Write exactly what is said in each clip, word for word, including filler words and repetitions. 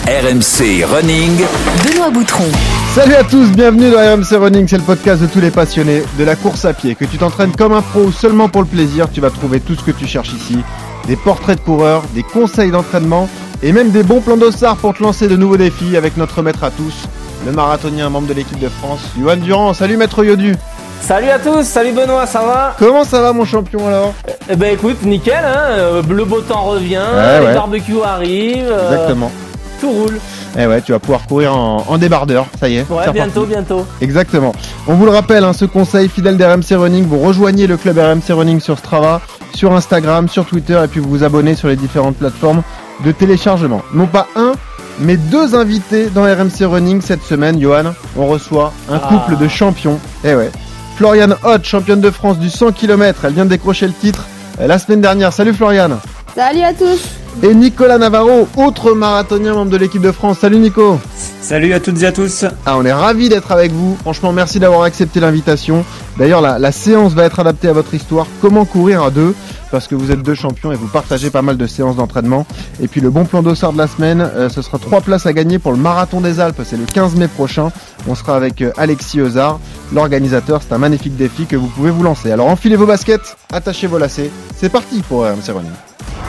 R M C Running, Benoît Boutron. Salut à tous, bienvenue dans R M C Running, c'est le podcast de tous les passionnés de la course à pied. Que tu t'entraînes comme un pro ou seulement pour le plaisir, tu vas trouver tout ce que tu cherches ici. Des portraits de coureurs, des conseils d'entraînement et même des bons plans d'ossard pour te lancer de nouveaux défis avec notre maître à tous, le marathonien, membre de l'équipe de France, Yohan Durand. Salut maître Yodu. Salut à tous, salut Benoît, ça va? Comment ça va mon champion alors? Eh ben écoute, nickel, hein, le beau temps revient, ouais, les ouais. barbecues arrivent, Exactement. Euh, tout roule. Eh ouais, tu vas pouvoir courir en, en débardeur, ça y est. Ouais, bientôt, reparti. bientôt. Exactement. On vous le rappelle, hein, ce conseil fidèle d'R M C Running, vous rejoignez le club R M C Running sur Strava, sur Instagram, sur Twitter et puis vous vous abonnez sur les différentes plateformes de téléchargement. Non pas un, mais deux invités dans R M C Running cette semaine. Yohan, on reçoit un Ah. couple de champions. Eh ouais. Floriane Hoth, championne de France du cent kilomètres, elle vient de décrocher le titre euh, la semaine dernière. Salut Floriane. Salut à tous. Et Nicolas Navarro, autre marathonien membre de l'équipe de France. Salut Nico. Salut à toutes et à tous. Ah, on est ravis d'être avec vous. Franchement, merci d'avoir accepté l'invitation. D'ailleurs, la, la séance va être adaptée à votre histoire. Comment courir à deux? Parce que vous êtes deux champions et vous partagez pas mal de séances d'entraînement. Et puis le bon plan d'ossard de la semaine, euh, ce sera trois places à gagner pour le Marathon des Alpes. C'est le quinze mai prochain. On sera avec euh, Alexis Euzard, l'organisateur. C'est un magnifique défi que vous pouvez vous lancer. Alors enfilez vos baskets, attachez vos lacets. C'est parti pour R M C Running.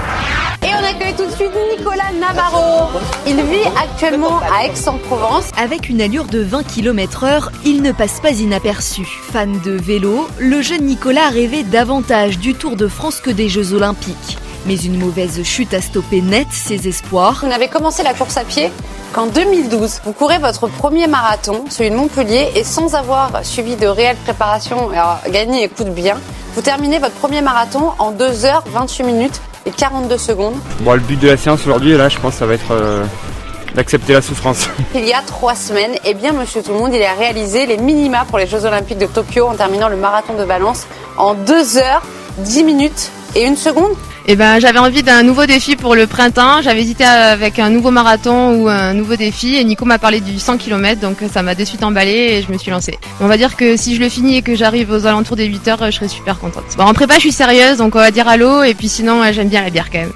Et on accueille tout de suite Nicolas Navarro. Il vit actuellement à Aix-en-Provence. Avec une allure de vingt kilomètres heure, il ne passe pas inaperçu. Fan de vélo, le jeune Nicolas rêvait davantage du Tour de France que des Jeux Olympiques. Mais une mauvaise chute a stoppé net ses espoirs. Vous n'avez commencé la course à pied qu'en deux mille douze. Vous courez votre premier marathon, celui de Montpellier, et sans avoir suivi de réelle préparation, alors gagner écoute bien, vous terminez votre premier marathon en deux heures vingt-huit minutes et quarante-deux secondes. Bon, le but de la séance aujourd'hui, là, je pense que ça va être euh, d'accepter la souffrance. Il y a trois semaines, eh bien monsieur tout le monde, il a réalisé les minima pour les Jeux Olympiques de Tokyo en terminant le marathon de Valence en deux heures dix minutes et une seconde. Eh ben, j'avais envie d'un nouveau défi pour le printemps. J'avais hésité avec un nouveau marathon ou un nouveau défi. Et Nico m'a parlé du cent kilomètres, donc ça m'a de suite emballé et je me suis lancée. On va dire que si je le finis et que j'arrive aux alentours des huit heures, je serai super contente. Bon, en prépa, je suis sérieuse, donc on va dire allô. Et puis sinon, j'aime bien la bière quand même.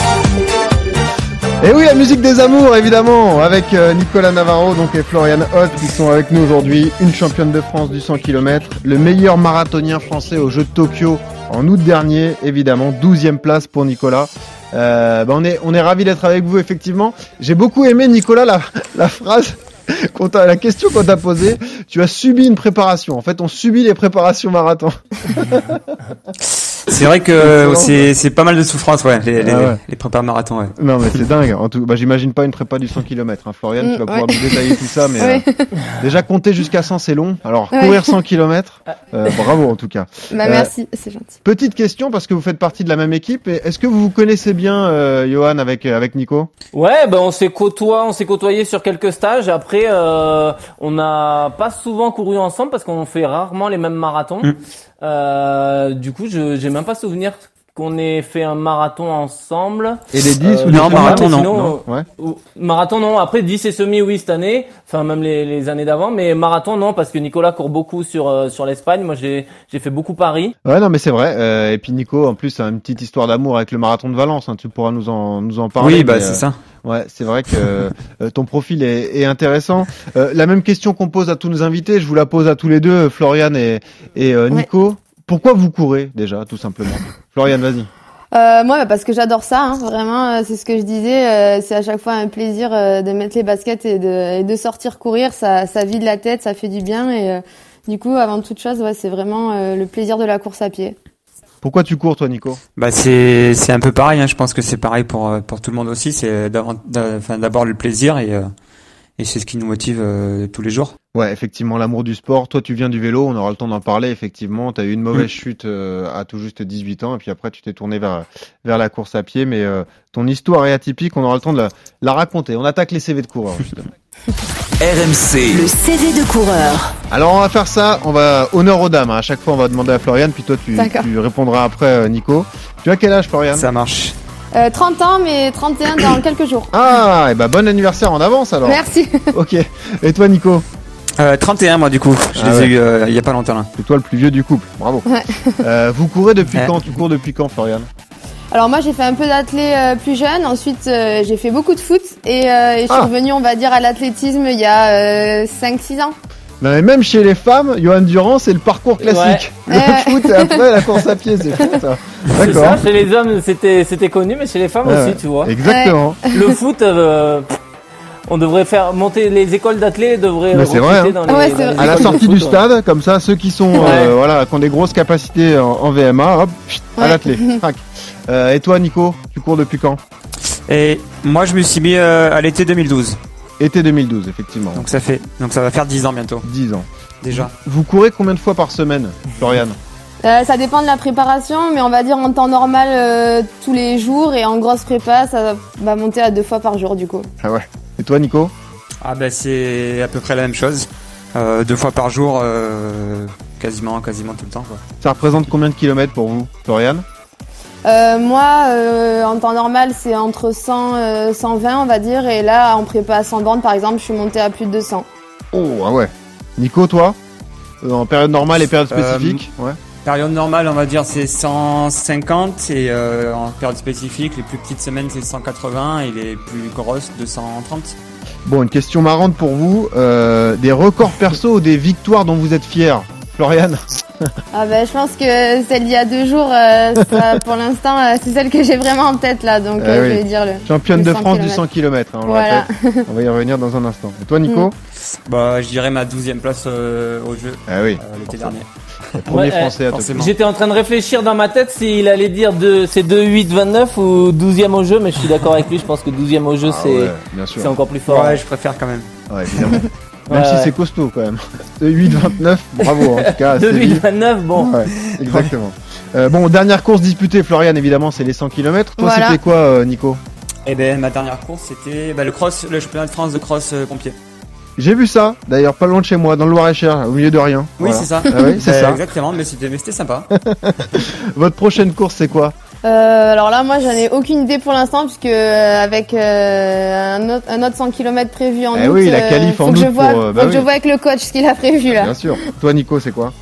Et oui, la musique des amours, évidemment, avec euh, Nicolas Navarro donc, et Floriane Hoth qui sont avec nous aujourd'hui. Une championne de France du cent kilomètres, le meilleur marathonien français aux Jeux de Tokyo en août dernier, évidemment, douzième place pour Nicolas. Euh, bah on est, on est ravis d'être avec vous, effectivement. J'ai beaucoup aimé, Nicolas, la, la phrase, qu'on t'a, la question qu'on t'a posée. Tu as subi une préparation. En fait, on subit les préparations marathon. C'est vrai que c'est, c'est pas mal de souffrance, ouais, les, les, ah ouais. les prépas marathon, ouais. Non, mais c'est dingue. En tout, bah, j'imagine pas une prépa du cent kilomètres, hein. Floriane, tu vas pouvoir ouais. nous détailler tout ça, mais Ouais. euh, déjà compter jusqu'à cent, c'est long. Alors, Ouais. courir cent kilomètres, euh, bravo en tout cas. Bah, Euh, merci, c'est gentil. Petite question, parce que vous faites partie de la même équipe. Et est-ce que vous vous connaissez bien, euh, Yohan, avec, avec Nico? Ouais, ben on s'est côtoie, on s'est côtoyé sur quelques stages. Après, euh, on n'a pas souvent couru ensemble parce qu'on fait rarement les mêmes marathons. Mm. Euh, du coup, je j'ai même pas souvenir qu'on ait fait un marathon ensemble. Et les dix Euh, ou les non, quinze? marathon, mais non. sinon, Non, ouais. euh, ou- marathon non, après dix et semi oui cette année, enfin même les, les années d'avant, mais marathon non parce que Nicolas court beaucoup sur euh, sur l'Espagne, moi j'ai j'ai fait beaucoup Paris. Ouais, non, mais c'est vrai. Euh, et puis Nico, en plus, a une petite histoire d'amour avec le marathon de Valence. Hein. Tu pourras nous en, nous en parler. Oui, bah, mais, c'est euh, ça. Ouais, c'est vrai que euh, ton profil est, est intéressant. Euh, la même question qu'on pose à tous nos invités, je vous la pose à tous les deux, Floriane et, et euh, Nico. Pourquoi vous courez déjà, tout simplement? Floriane, vas-y. Euh, moi, bah, parce que j'adore ça, hein, vraiment, euh, c'est ce que je disais, euh, c'est à chaque fois un plaisir euh, de mettre les baskets et de, et de sortir courir, ça, ça vide la tête, ça fait du bien et euh, du coup, avant toute chose, ouais, c'est vraiment euh, le plaisir de la course à pied. Pourquoi tu cours, toi, Nico? Bah, c'est, c'est un peu pareil, hein. Je pense que c'est pareil pour, euh, pour tout le monde aussi. C'est d'abord, d'a- enfin, d'abord le plaisir et, euh, et c'est ce qui nous motive euh, tous les jours. Ouais, effectivement, l'amour du sport. Toi, tu viens du vélo, on aura le temps d'en parler, effectivement. Tu as eu une mauvaise Mm. chute euh, à tout juste dix-huit ans, et puis après, tu t'es tourné vers, vers la course à pied. Mais euh, ton histoire est atypique, on aura le temps de la, la raconter. On attaque les C V de coureurs, justement. R M C. Le C V de coureur. Alors, on va faire ça, on va honneur aux dames. Hein. À chaque fois, on va demander à Floriane, puis toi, tu, D'accord. tu répondras après, euh, Nico. Tu as quel âge, Floriane? Ça marche. Euh, trente ans, mais trente et un dans quelques jours. Ah, et bah bon anniversaire en avance alors. Merci. Ok. Et toi, Nico? Euh, trente et un, moi, du coup. Je Ah les ouais. ai eu euh, il y a pas longtemps, là. C'est toi le plus vieux du couple. Bravo. Ouais. Euh, vous courez depuis Ouais. quand? Tu cours depuis quand, Floriane? Alors moi j'ai fait un peu d'athlé euh, plus jeune, ensuite euh, j'ai fait beaucoup de foot et, euh, et je suis Ah. revenue on va dire à l'athlétisme il y a euh, cinq six ans. Non, mais même chez les femmes, Johan Durand, c'est le parcours classique. Ouais. Le Ouais. foot et après la course à pied, c'est fou ça. C'est ça, D'accord. chez les hommes c'était c'était connu, mais chez les femmes Ouais, aussi, ouais. tu vois. Exactement. Le foot, euh, pff, on devrait faire monter les écoles d'athlètes devraient Mais c'est recruter vrai, hein. dans les, Ouais, dans c'est les vrai. À la écoles de sortie foot, du ouais. stade, comme ça, ceux qui sont, euh, Ouais. voilà, qui ont des grosses capacités en, en V M A, hop, chut, à Ouais. l'athlé. Crac. Euh, et toi, Nico, tu cours depuis quand? Et moi, je me suis mis euh, à l'été deux mille douze. Été deux mille douze, effectivement. Donc ça fait, donc ça va faire dix ans bientôt, dix ans. déjà. Vous courez combien de fois par semaine, Florian? Euh, ça dépend de la préparation, mais on va dire en temps normal euh, tous les jours et en grosse prépa ça va monter à deux fois par jour du coup. Ah ouais. Et toi, Nico? Ah ben c'est à peu près la même chose. Euh, deux fois par jour, euh, quasiment, quasiment tout le temps, quoi. Ça représente combien de kilomètres pour vous, Florian? Euh, moi euh, en temps normal c'est entre cent euh, cent vingt on va dire et là en prépa à cent bornes par exemple je suis montée à plus de deux cents. Oh, ah ouais. Nico, toi? Euh, En période normale et période Euh, spécifique? Ouais. Période normale, on va dire, c'est cent cinquante et euh, en période spécifique, les plus petites semaines, c'est cent quatre-vingts et les plus grosses, deux cent trente. Bon, une question marrante pour vous. Euh, des records perso ou des victoires dont vous êtes fiers, Florian? Ah ben je pense que celle d'il y a deux jours euh, ça, pour l'instant euh, c'est celle que j'ai vraiment en tête là donc Ah euh, oui. je vais dire le. Championne le de cent France du kilomètres. cent kilomètres, hein, on le Voilà. répète. On va y revenir dans un instant. Et toi, Nico? Bah, je dirais ma douzième place euh, au jeu Ah oui, euh, l'été dernier. le premier Ouais, français à te forcément. J'étais en train de réfléchir dans ma tête s'il allait dire de, c'est deux huit vingt-neuf ou douzième au jeu, mais je suis d'accord avec lui, je pense que douzième au jeu Ah c'est, ouais, bien sûr. c'est encore plus fort. Ouais, je préfère quand même. Ouais, évidemment. Même Ouais, si ouais. c'est costaud quand même. De huit vingt-neuf, bravo en tout cas. à deux huit Séville. vingt-neuf, bon. Ouais, exactement. Euh, bon, dernière course disputée, Florian, évidemment, c'est les cent kilomètres. Toi, Voilà. c'était quoi, euh, Nico? Et ben ma dernière course, c'était bah, le cross, le championnat de France de cross euh, pompier. J'ai vu ça, d'ailleurs, pas loin de chez moi, dans le Loir-et-Cher, au milieu de rien. Oui, Voilà. c'est ça. Ah oui, c'est Bah, ça. Exactement, mais c'était, mais c'était sympa. Votre prochaine course, c'est quoi? Euh, alors là, moi, j'en ai aucune idée pour l'instant, puisque euh, avec euh, un, autre, un autre cent kilomètres prévu en Eh août, oui, la euh, qualif faut en que je août vois, pour, euh, bah faut que oui. je vois avec le coach ce qu'il a prévu là. Bien sûr. Toi, Nico, c'est quoi?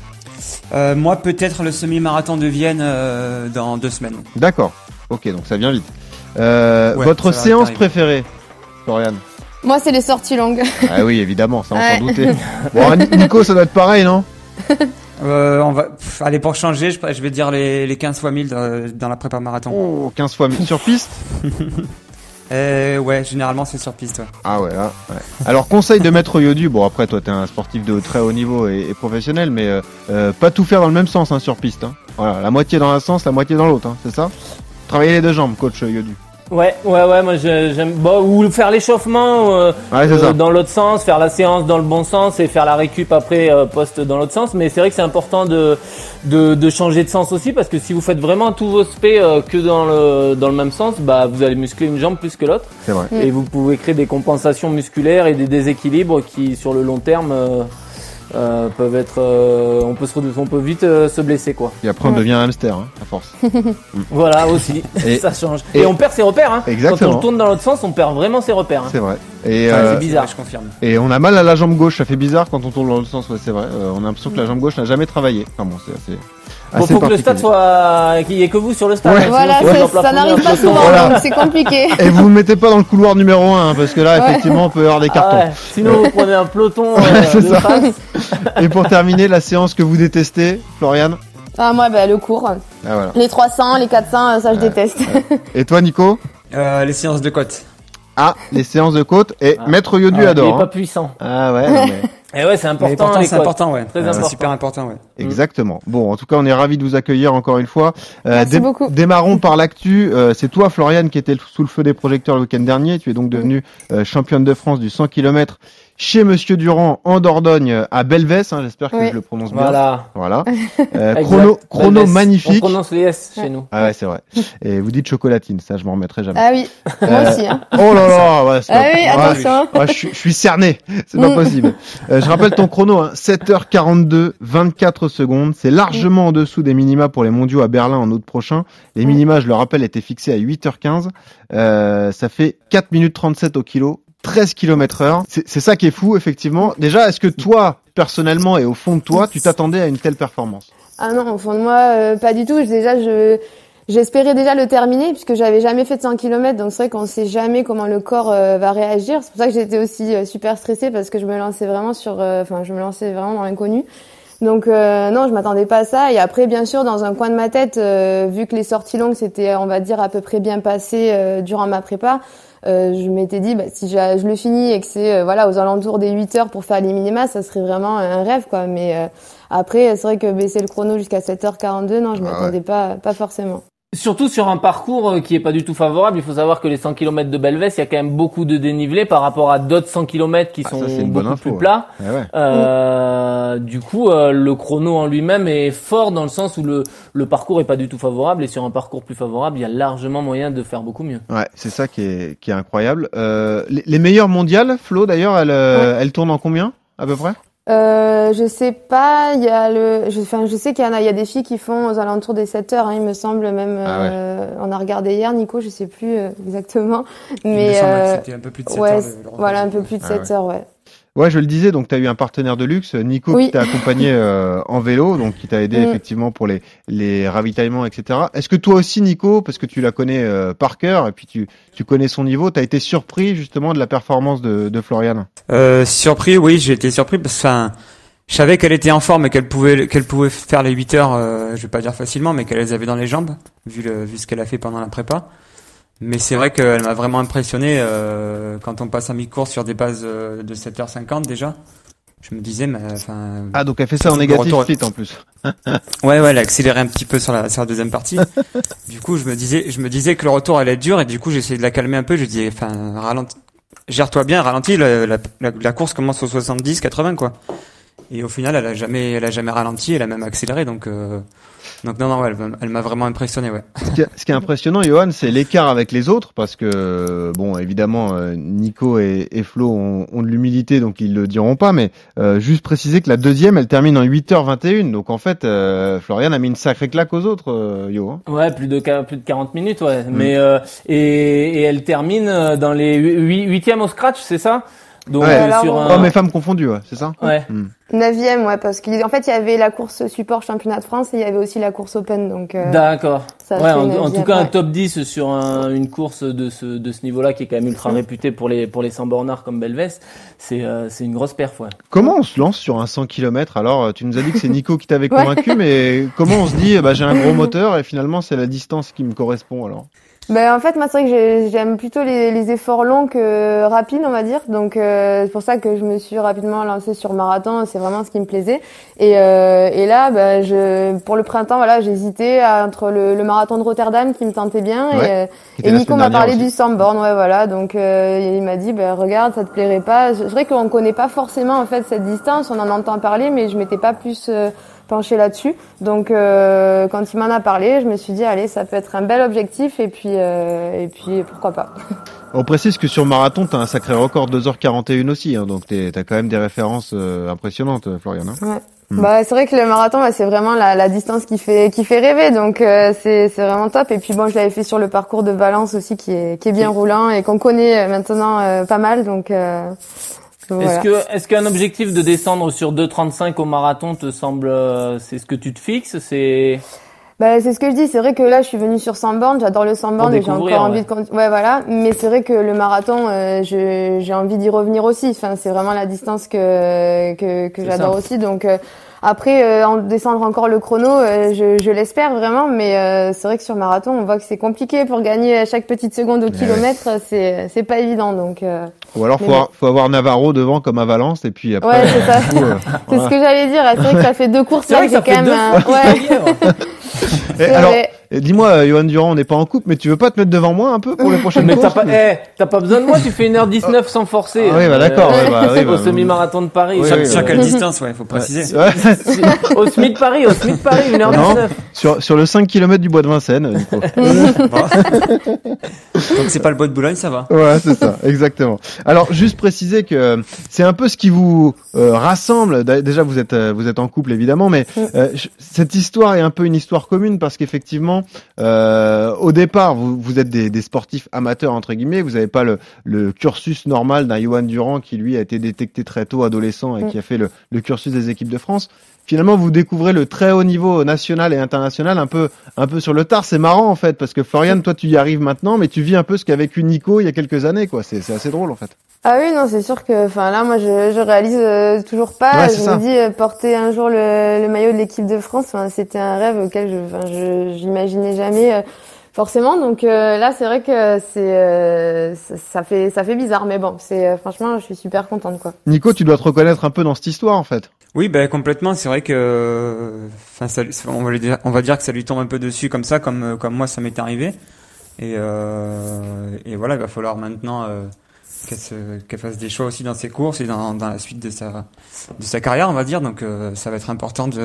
Euh, moi, peut-être le semi-marathon de Vienne euh, dans deux semaines. D'accord. Ok, donc ça vient vite. Euh, Ouais, votre ça va séance arriver. préférée, Florian? Moi, c'est les sorties longues. Ah oui, évidemment, ça on Ouais. s'en doutait. Bon, Ni- Nico, ça doit être pareil, non? Euh, on va, pff, allez, pour changer, je, je vais dire les, les quinze fois mille dans, dans la prépa marathon. Oh, quinze fois mille sur piste? Euh, ouais, généralement c'est sur piste. Ouais. Ah ouais, là, ouais. Alors, conseil de maître Yodu, bon après, toi t'es un sportif de très haut niveau et, et professionnel, mais euh, euh, pas tout faire dans le même sens hein, sur piste. Hein. Voilà, la moitié dans un sens, la moitié dans l'autre, hein, c'est ça? Travailler les deux jambes, coach Yodu. Ouais, ouais, ouais, moi je- j'aime, bon, ou faire l'échauffement euh, Ouais, c'est euh, ça. dans l'autre sens, faire la séance dans le bon sens et faire la récup après euh, post dans l'autre sens. Mais c'est vrai que c'est important de, de de changer de sens aussi parce que si vous faites vraiment tous vos spé euh, que dans le dans le même sens, bah vous allez muscler une jambe plus que l'autre C'est vrai. Mm. et vous pouvez créer des compensations musculaires et des déséquilibres qui sur le long terme euh, euh, peuvent être, euh, on peut se, on peut vite euh, se blesser quoi. Et après, on devient un hamster, hein, à force. Voilà aussi, Et- ça change. et- Et, on perd ses repères. Hein. Exactement. Quand on tourne dans l'autre sens, on perd vraiment ses repères. Hein. C'est vrai. Et, Ouais, euh, c'est bizarre. Ouais, je confirme. et on a mal à la jambe gauche, ça fait bizarre quand on tourne dans l'autre sens, ouais, c'est vrai. Euh, on a l'impression que la jambe gauche n'a jamais travaillé. Enfin bon, c'est assez. Bon, assez faut que le stade particulier. soit, qu'il y ait que vous sur le stade. Ouais. hein, sinon, Voilà, faut ça, vous en ça plafonner n'arrive un pas peu souvent, quand- Voilà. donc c'est compliqué. Et vous ne mettez pas dans le couloir numéro un, hein, parce que là, Ouais. effectivement, on peut avoir des Ah cartons. ouais, sinon vous prenez un peloton euh, C'est de ça. face. Et pour terminer, la séance que vous détestez, Florian? Ah, moi, bah, le cours. Ah voilà. Les trois cents, les quatre cents, ça je Ouais. déteste. Et toi, Nico? Euh, les séances de côte. Ah, les séances de côte. Et Ah. Maître Yodu Ah, il adore. est pas hein. puissant. Ah ouais, non, mais- Et ouais, c'est Mais important. pourtant, les c'est côtes. important, ouais. Très Ouais, important. C'est super important, ouais. Exactement. Bon, en tout cas, on est ravis de vous accueillir encore une fois. Euh, Merci beaucoup. Démarrons par l'actu. Euh, c'est toi, Florian, qui était sous le feu des projecteurs le week-end dernier. Tu es donc devenue euh, championne de France du cent kilomètres chez Monsieur Durand en Dordogne à Belvès. Hein, j'espère que Oui. je le prononce bien. Voilà. Voilà. Euh, Exact. chrono, chrono Belvès. On magnifique. prononce les S chez nous. Ah ouais, c'est vrai. Et vous dites chocolatine, ça, je m'en remettrai jamais. Ah oui, moi Euh, aussi. Hein. Oh là là, ouais, c'est Ah pas- oui, ouais, attention. ouais, je, suis- je suis cerné, c'est pas Mm. possible. Euh, je rappelle ton chrono, hein, sept heures quarante-deux, vingt-quatre secondes. C'est largement en dessous des minima pour les mondiaux à Berlin en août prochain. Les Mm. minima, je le rappelle, étaient fixés à huit heures quinze. Euh, ça fait quatre minutes trente-sept au kilo, treize kilomètres heure. C'est c'est ça qui est fou, effectivement. Déjà, est-ce que toi, personnellement et au fond de toi, tu t'attendais à une telle performance? Ah non, au fond de moi, euh, pas du tout. Déjà, je j'espérais déjà le terminer puisque j'avais jamais fait de cent kilomètres, donc c'est vrai qu'on sait jamais comment le corps euh, va réagir. C'est pour ça que j'étais aussi euh, super stressée parce que je me lançais vraiment sur, enfin, euh, je me lançais vraiment dans l'inconnu. Donc euh, non, je m'attendais pas à ça. Et après, bien sûr, dans un coin de ma tête, euh, vu que les sorties longues c'était, on va dire, à peu près bien passé euh, durant ma prépa. Euh, je m'étais dit, bah, si je, je le finis et que c'est euh, voilà aux alentours des huit heures pour faire les minima, ça serait vraiment un rêve, quoi. Mais euh, après, c'est vrai que baisser le chrono jusqu'à sept heures quarante-deux, non, je m'attendais ah ouais. pas, pas forcément. Surtout sur un parcours qui est pas du tout favorable. Il faut savoir que les cent kilomètres de Belvès, il y a quand même beaucoup de dénivelé par rapport à d'autres cent kilomètres qui ah, sont ça, beaucoup info, plus plats. Ouais. Ouais. Euh, mmh. Du coup, euh, le chrono en lui-même est fort dans le sens où le, le parcours est pas du tout favorable et sur un parcours plus favorable, il y a largement moyen de faire beaucoup mieux. Ouais, c'est ça qui est, qui est incroyable. Euh, les, les meilleures mondiales, Flo, d'ailleurs, elles, ouais. elles tournent en combien, à peu près? Euh, je sais pas, il y a le, je, enfin, je sais qu'il y en a, il y a des filles qui font aux alentours des sept heures, hein, il me semble, même, ah ouais. euh, on a regardé hier, Nico, je sais plus euh, exactement, mais, il me semble euh, que c'était un peu plus de sept ouais, heures. Le, le voilà, un peu plus de sept ah heures, ouais. ouais. Ouais, je le disais, donc tu as eu un partenaire de luxe, Nico, oui. qui t'a accompagné euh, en vélo, donc qui t'a aidé mmh. effectivement pour les les ravitaillements, et cetera. Est-ce que toi aussi, Nico, parce que tu la connais euh, par cœur et puis tu tu connais son niveau, t'as été surpris justement de la performance de de Floriane? Euh, surpris, oui, j'ai été surpris parce que enfin, je savais qu'elle était en forme et qu'elle pouvait qu'elle pouvait faire les huit heures, euh, je vais pas dire facilement, mais qu'elle les avait dans les jambes vu le vu ce qu'elle a fait pendant la prépa. Mais c'est vrai qu'elle m'a vraiment impressionné euh, quand on passe à mi-course sur des bases euh, de sept heures cinquante déjà. Je me disais, mais enfin. Ah, donc elle fait ça en négatif retour... fit en plus. ouais, ouais, elle a accéléré un petit peu sur la, sur la deuxième partie. Du coup, je me disais, je me disais que le retour allait être dur et du coup, j'ai essayé de la calmer un peu. Je disais, enfin, ralentis, gère-toi bien, ralentis. La, la, la, la course commence au soixante-dix, quatre-vingts quoi. Et au final, elle a jamais, elle a jamais ralenti, elle a même accéléré, donc. Euh... Donc non, non, ouais, elle, elle m'a vraiment impressionné, ouais. Ce qui, est, ce qui est impressionnant, Johan, c'est l'écart avec les autres, parce que, bon, évidemment, Nico et, et Flo ont, ont de l'humilité, donc ils le diront pas, mais euh, juste préciser que la deuxième, elle termine en huit heures vingt et une, donc en fait, euh, Floriane a mis une sacrée claque aux autres, euh, Yo. Hein. Ouais, plus de plus de quarante minutes, ouais. Mmh. Mais euh, et, et elle termine dans les huitièmes au scratch, c'est ça? Donc ouais, euh, sur un... hommes et femmes confondus, ouais, c'est ça? Ouais. Mmh. Neuvième, ouais, parce qu'en fait, il y avait la course support championnat de France et il y avait aussi la course open, donc. Euh, D'accord. Ouais, en, en tout cas, ouais. Un top dix sur un, une course de ce de ce niveau-là qui est quand même ultra mmh. réputée pour les pour les cent bornards comme Belvès, c'est euh, c'est une grosse perf, ouais. Comment on se lance sur un cent kilomètres? Alors, tu nous as dit que c'est Nico qui t'avait convaincu, ouais. mais comment on se dit, bah j'ai un gros moteur et finalement c'est la distance qui me correspond alors? Ben en fait moi c'est vrai que j'aime plutôt les, les efforts longs que rapides on va dire, donc euh, c'est pour ça que je me suis rapidement lancée sur marathon, c'est vraiment ce qui me plaisait et euh, et là ben je pour le printemps voilà j'hésitais entre le, le marathon de Rotterdam qui me tentait bien ouais, et, et Nico m'a parlé aussi. Du cent bornes ouais voilà donc euh, il m'a dit ben regarde ça te plairait pas, c'est vrai qu'on connaît pas forcément en fait cette distance, on en entend parler mais je m'étais pas plus euh, penché là-dessus. Donc euh, quand il m'en a parlé, je me suis dit allez, ça peut être un bel objectif et puis euh, et puis pourquoi pas. On précise que sur marathon, t'as un sacré record deux heures quarante et une aussi, hein, donc t'es, t'as quand même des références euh, impressionnantes, Floriane. Hein ouais. Mmh. Bah c'est vrai que le marathon, bah, c'est vraiment la, la distance qui fait qui fait rêver, donc euh, c'est c'est vraiment top. Et puis bon, je l'avais fait sur le parcours de Valence aussi, qui est qui est bien roulant et qu'on connaît maintenant euh, pas mal, donc. Euh, Voilà. Est-ce que est-ce qu'un objectif de descendre sur deux trente-cinq au marathon te semble euh, c'est ce que tu te fixes, c'est Bah c'est ce que je dis, c'est vrai que là je suis venue sur cent bornes, j'adore le cent bornes et j'ai encore ouais. envie de ouais voilà, mais c'est vrai que le marathon euh, je j'ai envie d'y revenir aussi. Enfin, c'est vraiment la distance que que que c'est j'adore ça. Aussi donc euh, après euh, en descendre encore le chrono, euh, je je l'espère vraiment, mais euh, c'est vrai que sur marathon, on voit que c'est compliqué pour gagner à chaque petite seconde au ouais. kilomètre, c'est c'est pas évident donc euh, ou alors faut bon. avoir, faut avoir Navarro devant comme à Valence et puis après ouais, c'est ça. Coup, euh, c'est voilà. Ce que j'allais dire, c'est vrai que ça fait deux courses là, j'ai quand même un... ouais. Et alors, dis-moi, Johan Durand, on n'est pas en couple, mais tu veux pas te mettre devant moi un peu pour les prochaines mais courses? Mais t'as pas, eh, t'as pas besoin de moi, tu fais une heure dix-neuf sans forcer. Ah oui, bah d'accord. Euh, ouais, bah, oui, bah, au semi-marathon de Paris. Oui, sur, oui, sur ouais. Quelle distance, ouais, faut préciser. Ouais. Au S M I de Paris, au S M I de Paris, une heure dix-neuf. Sur, sur le cinq kilomètres du bois de Vincennes, du coup. Donc c'est pas le bois de Boulogne, ça va. Ouais, c'est ça, exactement. Alors, juste préciser que c'est un peu ce qui vous euh, rassemble. Déjà, vous êtes, vous êtes en couple, évidemment, mais euh, cette histoire est un peu une histoire commune parce qu'effectivement, rapidement. Euh, au départ, vous, vous êtes des, des sportifs amateurs entre guillemets. Vous n'avez pas le, le cursus normal d'un Johan Durand qui lui a été détecté très tôt, adolescent, et qui a fait le, le cursus des équipes de France. Finalement, vous découvrez le très haut niveau national et international un peu, un peu sur le tard. C'est marrant en fait, parce que Florian, toi, tu y arrives maintenant, mais tu vis un peu ce qu'a vécu Nico il y a quelques années, quoi. C'est, c'est assez drôle en fait. Ah oui, non, c'est sûr que, enfin là, moi, je, je réalise euh, toujours pas. Ouais, je ça. me dis euh, porter un jour le, le maillot de l'équipe de France, enfin, c'était un rêve auquel je, enfin, je, j'imaginais jamais euh, forcément. Donc euh, là, c'est vrai que c'est, euh, ça, ça fait, ça fait bizarre, mais bon, c'est euh, franchement, je suis super contente, quoi. Nico, tu dois te reconnaître un peu dans cette histoire en fait. Oui, ben complètement. C'est vrai que, enfin, ça, on va lui dire, on va dire que ça lui tombe un peu dessus comme ça, comme comme moi, ça m'est arrivé. Et euh, et voilà, il va falloir maintenant euh, qu'elle se, qu'elle fasse des choix aussi dans ses courses et dans dans la suite de sa de sa carrière, on va dire. Donc euh, ça va être important de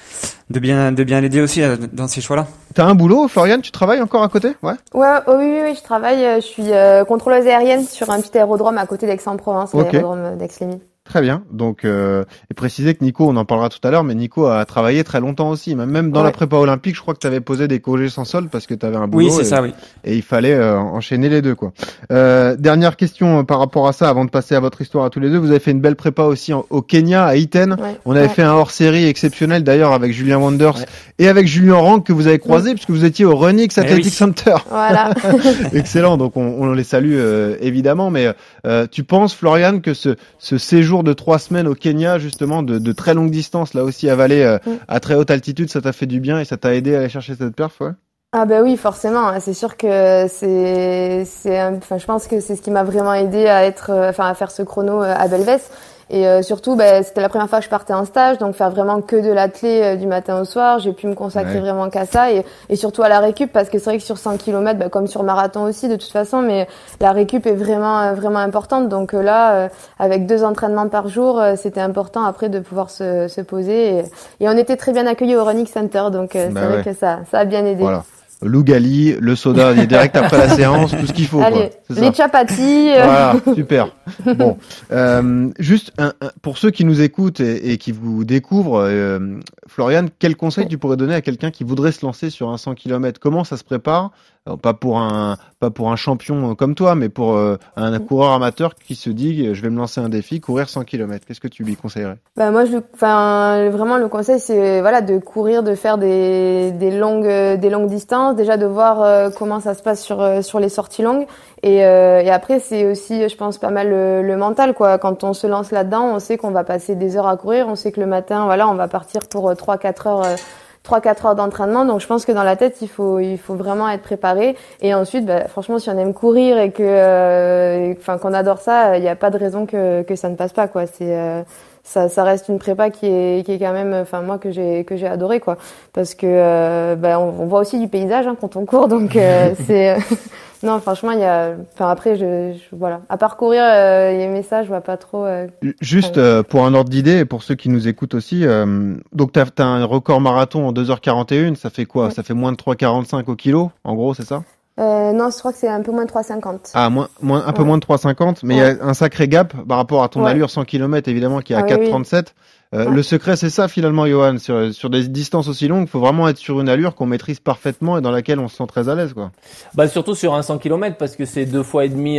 de bien de bien l'aider aussi euh, dans ces choix-là. T'as un boulot, Florian? Tu travailles encore à côté? Ouais. Ouais, oh, oui, oui, oui, je travaille. euh, Je suis euh, contrôleuse aérienne sur un petit aérodrome à côté d'Aix-en-Provence, Ok. l'aérodrome d'Aix-les-Mines. Très bien. Donc, euh, et préciser que Nico, on en parlera tout à l'heure, mais Nico a travaillé très longtemps aussi. Même dans Ouais. la prépa olympique, je crois que tu avais posé des congés sans solde parce que tu avais un boulot. Oui, c'est et, ça, oui. Et il fallait euh, enchaîner les deux, quoi. Euh, dernière question euh, par rapport à ça, avant de passer à votre histoire à tous les deux. Vous avez fait une belle prépa aussi en- au Kenya, à Iten. Ouais. On avait Ouais. fait un hors-série exceptionnel d'ailleurs avec Julien Wonders Ouais. et avec Julien Rank que vous avez croisé puisque vous étiez au Renix Eh Athletic oui. Center. Voilà. Excellent, donc on, on les salue euh, évidemment, mais euh, tu penses, Florian, que ce, ce séjour de trois semaines au Kenya, justement, de, de très longue distance, là aussi avalé euh, Mm. à très haute altitude, ça t'a fait du bien et ça t'a aidé à aller chercher cette perf, ouais? Ah bah oui, forcément. hein. C'est sûr que c'est, c'est, un- enfin, je pense que c'est ce qui m'a vraiment aidé à être, euh, enfin, à faire ce chrono euh, à Belvès. Et euh, surtout, bah, c'était la première fois que je partais en stage, donc faire vraiment que de l'athlé euh, du matin au soir. J'ai pu me consacrer Ouais. vraiment qu'à ça et, et surtout à la récup, parce que c'est vrai que sur cent kilomètres, bah, comme sur marathon aussi, de toute façon, mais la récup est vraiment, euh, vraiment importante. Donc euh, là, euh, avec deux entraînements par jour, euh, c'était important après de pouvoir se, se poser. Et, et on était très bien accueillis au Running Center, donc euh, Bah c'est vrai ouais. que ça, ça a bien aidé. Voilà. Lougali, le soda, il est direct après la séance, tout ce qu'il faut, quoi. Allez, C'est ça. les chapatis. euh, Voilà, super. Bon, euh, juste un, un- pour ceux qui nous écoutent et, et qui vous découvrent, euh, Florian, quel conseil tu pourrais donner à quelqu'un qui voudrait se lancer sur un cent kilomètres? Comment ça se prépare? Alors, pas pour un pas pour un champion comme toi, mais pour euh, un coureur amateur qui se dit je vais me lancer un défi, courir cent kilomètres. Qu'est-ce que tu lui conseillerais? Bah moi je le- enfin vraiment le conseil c'est voilà de courir, de faire des des longues euh, des longues distances, déjà de voir euh, comment ça se passe sur euh, sur les sorties longues et euh, et après c'est aussi je pense pas mal le, le mental quoi. Quand on se lance là-dedans, on sait qu'on va passer des heures à courir, on sait que le matin voilà, on va partir pour trois quatre heures euh, trois quatre heures d'entraînement, donc je pense que dans la tête il faut il faut vraiment être préparé et ensuite bah, franchement si on aime courir et que euh, enfin qu'on adore ça, il n'y a pas de raison que que ça ne passe pas quoi. C'est euh, ça ça reste une prépa qui est qui est quand même enfin moi que j'ai que j'ai adoré quoi parce que euh, bah, on, on voit aussi du paysage hein, quand on court donc euh, c'est non franchement il y a enfin après je, je voilà à part courir euh, et aimer ça je vois pas trop euh, Juste euh, pour un ordre d'idée et pour ceux qui nous écoutent aussi, euh, donc t'as as un record marathon en deux heures quarante et une, ça fait quoi? Ouais. Ça fait moins de trois quarante-cinq au kilo, en gros, c'est ça? euh, non je crois que c'est un peu moins de trois cinquante. Ah, moins, moins, un peu Ouais. moins de trois cinquante, mais il Ouais. y a un sacré gap par rapport à ton Ouais. allure cent kilomètres, évidemment, qui est à Ah oui, quatre oui. trente-sept. Euh, Ouais. Le secret, c'est ça, finalement, Johan. Sur, sur des distances aussi longues, il faut vraiment être sur une allure qu'on maîtrise parfaitement et dans laquelle on se sent très à l'aise, quoi. Bah surtout sur un cent kilomètres parce que c'est deux fois et demi,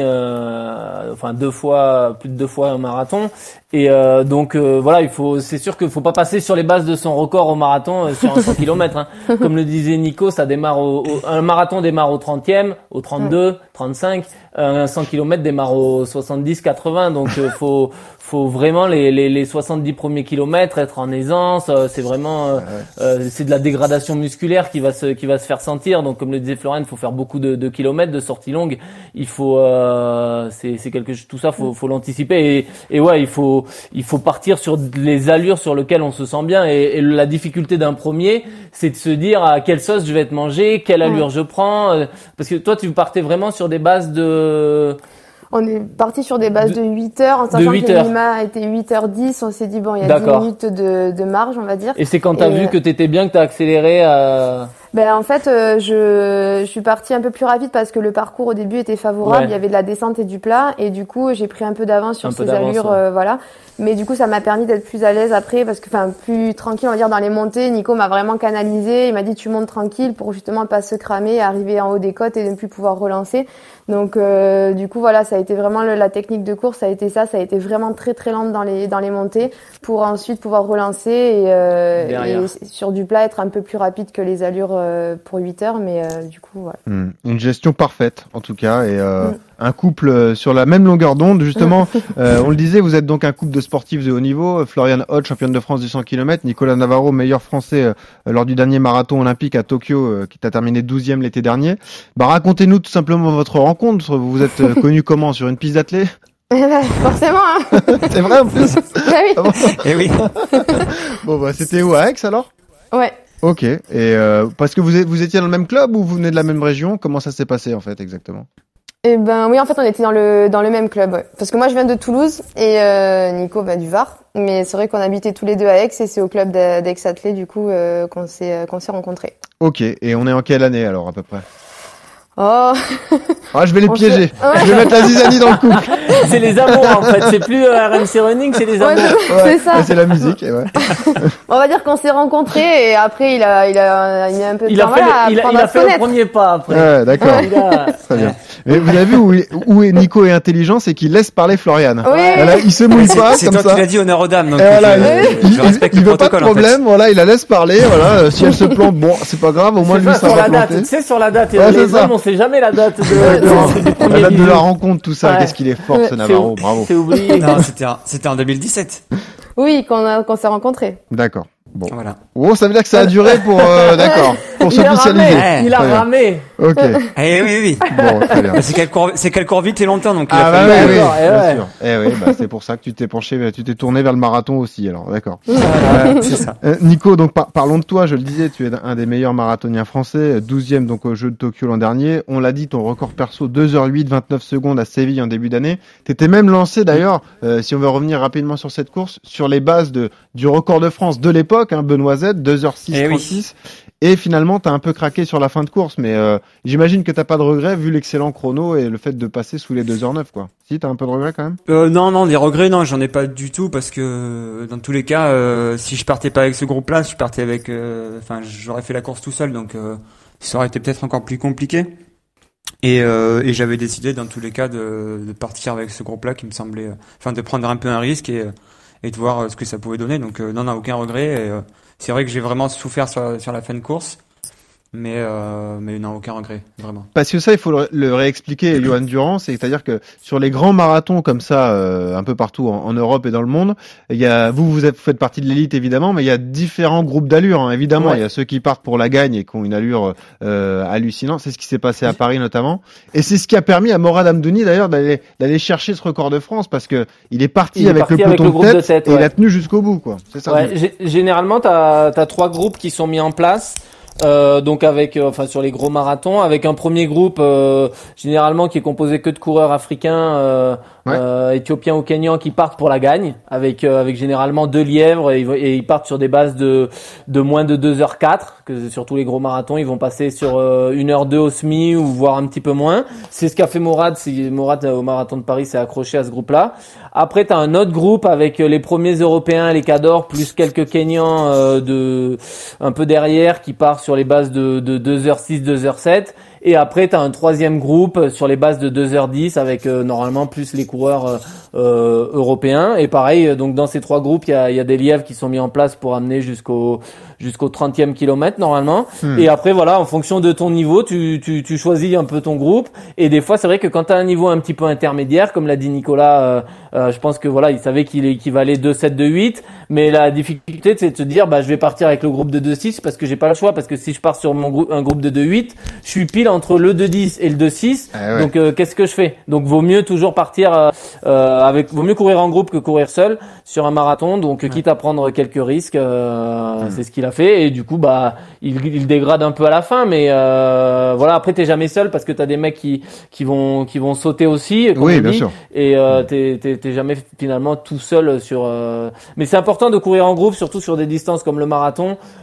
euh, enfin deux fois, plus de deux fois un marathon. Et euh, donc euh, voilà, il faut, c'est sûr qu'il faut pas passer sur les bases de son record au marathon euh, sur un cent kilomètres. Hein. Comme le disait Nico, ça démarre au, au- un marathon démarre au trentième, au trente-deux, trente-cinq. Un cent kilomètres démarre au soixante-dix, quatre-vingts. Donc euh, faut, faut vraiment les, les, les soixante-dix premiers kilomètres être en aisance. Euh, c'est vraiment, euh, euh, c'est de la dégradation musculaire qui va se, qui va se faire sentir. Donc comme le disait Florian, il faut faire beaucoup de, de kilomètres, de sorties longues. Il faut, euh, c'est, c'est quelque chose, tout ça, faut, faut l'anticiper. Et, et ouais, il faut, il faut partir sur les allures sur lesquelles on se sent bien. Et, et la difficulté d'un premier, c'est de se dire à quelle sauce je vais être mangé, quelle allure je prends. euh, Parce que toi, tu partais vraiment sur des bases de On est parti sur des bases De- de, huit heures en de sachant huit que heures. le minima était huit heures dix, on s'est dit bon il y a dix D'accord. minutes de, de marge on va dire. Et c'est quand t'as Et, vu euh, que t'étais bien que t'as accéléré à... Ben en fait, euh, je, je suis partie un peu plus rapide parce que le parcours au début était favorable. Ouais. Il y avait de la descente et du plat, et du coup j'ai pris un peu d'avance sur Un peu ces d'avance, allures, ouais. euh, voilà. Mais du coup ça m'a permis d'être plus à l'aise après, parce que enfin plus tranquille, on va dire, dans les montées. Nico m'a vraiment canalisé. Il m'a dit tu montes tranquille pour justement pas se cramer, arriver en haut des côtes et ne plus pouvoir relancer. Donc euh, du coup voilà, ça a été vraiment le, la technique de course, ça a été ça, ça a été vraiment très très lente dans les dans les montées pour ensuite pouvoir relancer et, euh, et sur du plat être un peu plus rapide que les allures euh, pour huit heures, mais euh, du coup voilà. Mmh. Une gestion parfaite en tout cas, et euh, mmh. un couple euh, sur la même longueur d'onde justement. euh, on le disait, vous êtes donc un couple de sportifs de haut niveau. Floriane Hoth, championne de France du cent kilomètres, Nicolas Navarro, meilleur français euh, lors du dernier marathon olympique à Tokyo, euh, qui t'a terminé douzième l'été dernier. Bah racontez-nous tout simplement votre rencontre. Vous vous êtes euh, connus comment, sur une piste d'athlée? Forcément, hein. C'est vrai en plus. Bah oui. Ah bon, Et oui. bon bah c'était où, à Aix alors? Ouais. Ok, et euh, parce que vous, êtes, vous étiez dans le même club ou vous venez de la même région? Comment ça s'est passé en fait exactement? Eh ben oui, en fait on était dans le dans le même club, ouais. Parce que moi je viens de Toulouse et euh, Nico bah, du Var, mais c'est vrai qu'on habitait tous les deux à Aix et c'est au club d'Aix Athlé du coup euh, qu'on s'est qu'on s'est rencontrés. Ok, et on est en quelle année alors à peu près? Oh. Ah, je vais les On piéger. se... Je vais mettre la zizanie dans le couple. C'est les amours en fait, c'est plus euh, R M C Running, c'est les amours. Ouais, c'est ça. Ouais, c'est la musique. Et ouais. On va dire qu'on s'est rencontrés et après il a il a il a un peu de Il a temps fait, voilà, le, il a, apprendre il a à se fait le connaître. premier pas après. Ouais, d'accord. Il a- Très bien. Mais vous avez vu où, est- où est Nico est intelligent, c'est qu'il laisse parler Floriane. Oui. Voilà, il se mouille C'est pas c'est comme toi ça. qui l'as dit, honneur aux dames, donc Et voilà, je, il, je respecte il le veut pas de protocole en fait. problème, voilà, il la laisse parler, voilà. euh, Si elle se plante, bon, c'est pas grave, au moins C'est lui pas ça sur va la date, planter. tu sais sur la date, Ouais, c'est les ça. hommes on sait jamais la date de, D'accord. de- du La premier date de bisou. la rencontre, tout ça, Ouais. qu'est-ce qu'il est fort Ouais. ce C'est Navarro, ou- bravo. C'est oublié. Non, c'était en- c'était en deux mille dix-sept. Oui, qu'on a qu'on s'est rencontrés. D'accord. Bon. Voilà. Oh, ça veut dire que ça a duré pour, euh, d'accord, pour Il a s'officialiser. ramé, il a Très bien. ramé. Ok. Eh oui, oui. Bon, très bien. Mais C'est qu'elle court, c'est qu'elle court vite et longtemps, donc il a Ah bah fallu- oui, oui, D'accord, eh bien ouais. sûr. Eh oui, bah c'est pour ça que tu t'es penché, tu t'es tourné vers le marathon aussi, alors d'accord. Voilà, c'est ça. Euh, Nico, donc par- parlons de toi, je le disais, tu es un des meilleurs marathoniens français, douzième donc aux Jeux de Tokyo l'an dernier. On l'a dit, ton record perso, deux heures huit, vingt-neuf secondes à Séville en début d'année. T'étais même lancé d'ailleurs, euh, si on veut revenir rapidement sur cette course, sur les bases de du record de France de l'époque, hein, Benoît Z, deux heures six, Eh oui. trente-six. Et finalement, t'as un peu craqué sur la fin de course, mais euh, j'imagine que t'as pas de regrets vu l'excellent chrono et le fait de passer sous les deux heures neuf, quoi. Si, t'as un peu de regrets quand même? Euh, non, non, des regrets, non, j'en ai pas du tout parce que dans tous les cas, euh, si je partais pas avec ce groupe-là, je partais avec, euh, enfin, j'aurais fait la course tout seul, donc euh, ça aurait été peut-être encore plus compliqué. Et, euh, et j'avais décidé dans tous les cas de, de partir avec ce groupe-là qui me semblait, euh, enfin, de prendre un peu un risque et, euh, et de voir euh, ce que ça pouvait donner. Donc euh, non, non, aucun regret. Et, euh, c'est vrai que j'ai vraiment souffert sur, sur la fin de course. Mais, euh, mais non, aucun regret, vraiment. Parce que ça, il faut le, le réexpliquer, Johan Durand, c'est-à-dire que sur les grands marathons comme ça, euh, un peu partout en, en Europe et dans le monde, il y a, vous, vous êtes, vous faites partie de l'élite évidemment, mais il y a différents groupes d'allure, hein, évidemment. Ouais. Il y a ceux qui partent pour la gagne et qui ont une allure euh, hallucinante. C'est ce qui s'est passé à Paris notamment, et c'est ce qui a permis à Morad Amdouni d'ailleurs d'aller d'aller chercher ce record de France parce que il est parti Il est avec parti le avec peloton le groupe de tête, de tête, et il ouais. a tenu jusqu'au bout, quoi. C'est ça. Ouais, gé- généralement, t'as as trois groupes qui sont mis en place. Euh, donc avec, euh, enfin sur les gros marathons, avec un premier groupe euh, généralement qui est composé que de coureurs africains, euh, Ouais. euh, éthiopiens ou kenyans qui partent pour la gagne, avec euh, avec généralement deux lièvres et, ils- et ils partent sur des bases de de moins de deux heures quatre, que sur tous les gros marathons ils vont passer sur euh, une heure deux au semi ou voire un petit peu moins. C'est ce qu'a fait Morad, c'est Morad euh, au marathon de Paris s'est accroché à ce groupe-là. Après t'as un autre groupe avec euh, les premiers européens, les cadors plus quelques kenyans euh, de un peu derrière qui partent sur les bases de de deux heures six, deux heures sept. Et après, tu as un troisième groupe sur les bases de deux heures dix avec euh, normalement plus les coureurs euh, euh, européens. Et pareil, donc dans ces trois groupes, il y a, il y a des lièvres qui sont mis en place pour amener jusqu'au jusqu'au trentième kilomètre normalement. Hmm. Et après, voilà, en fonction de ton niveau, tu, tu, tu choisis un peu ton groupe. Et des fois, c'est vrai que quand tu as un niveau un petit peu intermédiaire, comme l'a dit Nicolas, euh, euh, je pense que voilà, il savait qu'il équivalait deux sept, deux huit. Mais la difficulté, c'est de se dire, bah, je vais partir avec le groupe de deux six parce que j'ai pas le choix. Parce que si je pars sur mon groupe, un groupe de deux huit, je suis pile entre le deux dix et le deux six. Ah ouais. Donc, euh, qu'est-ce que je fais? Donc, vaut mieux toujours partir euh, euh, avec, vaut mieux courir en groupe que courir seul sur un marathon. Donc, quitte à prendre quelques risques, euh, c'est ce qu'il a fait. Et du coup, bah, il, il dégrade un peu à la fin. Mais euh, voilà, après, t'es jamais seul parce que t'as des mecs qui qui vont qui vont sauter aussi. Comme Oui, on bien dit. sûr. Et euh, t'es, t'es, t'es jamais finalement tout seul sur. Euh... Mais c'est important de courir en groupe, surtout sur des distances comme le marathon,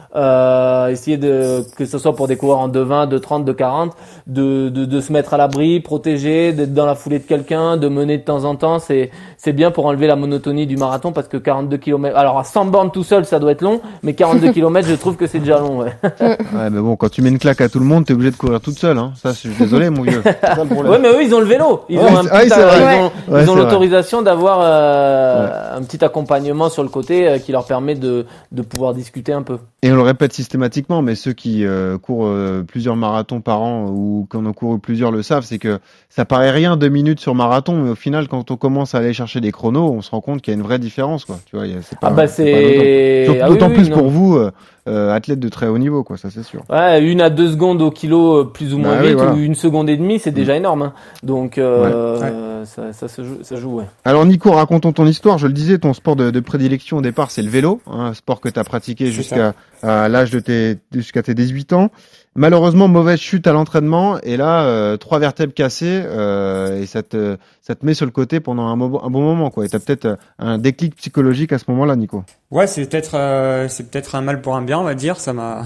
euh, essayer de que ce soit pour des coureurs en deux vingt, deux trente, deux quarante, de, de de se mettre à l'abri, protéger, d'être dans la foulée de quelqu'un, de mener de temps en temps, c'est c'est bien pour enlever la monotonie du marathon parce que quarante-deux kilomètres, alors à cent bornes tout seul ça doit être long, mais quarante-deux kilomètres je trouve que c'est déjà long. Ouais. Ouais, mais bon, quand tu mets une claque à tout le monde, t'es obligé de courir toute seule, hein. Ça, je suis désolé, mon vieux. C'est ça le problème. Ouais, mais eux ils ont le vélo, ils Ouais, ont un c'est- petit, ah oui, c'est euh, vrai. ils Ouais. ont, Ouais, ils ont c'est l'autorisation d'avoir euh, un petit accompagnement sur le côté euh, qui leur permet de de pouvoir discuter un peu. Et on le répète systématiquement, mais ceux qui euh, courent euh, plusieurs marathons par an ou qui en ont couru plusieurs le savent, c'est que ça paraît rien deux minutes sur marathon, mais au final, quand on commence à aller chercher des chronos, on se rend compte qu'il y a une vraie différence, quoi. Tu vois, il y a- c'est pas, Ah bah c'est pas anodin. c'est Surtout- ah oui, D'autant oui, plus non. pour vous, euh, euh, athlètes de très haut niveau, quoi. Ça, c'est sûr. Ouais, une à deux secondes au kilo, euh, plus ou moins Bah oui, vite, voilà. ou une seconde et demie, c'est déjà énorme. Hein. Donc, euh, Ouais. Ça, ça se joue, ça joue, ouais. Alors Nico, racontons ton histoire. Je le disais, ton sport de, de prédilection au départ, c'est le vélo, hein, un sport que tu as pratiqué C'est jusqu'à à l'âge de tes jusqu'à tes dix-huit ans. Malheureusement, mauvaise chute à l'entraînement et là, euh, trois vertèbres cassées euh, et ça te ça te met sur le côté pendant un, mo- un bon moment, quoi. Et t'as peut-être euh, un déclic psychologique à ce moment-là, Nico. Ouais, c'est peut-être euh, c'est peut-être un mal pour un bien, on va dire. Ça m'a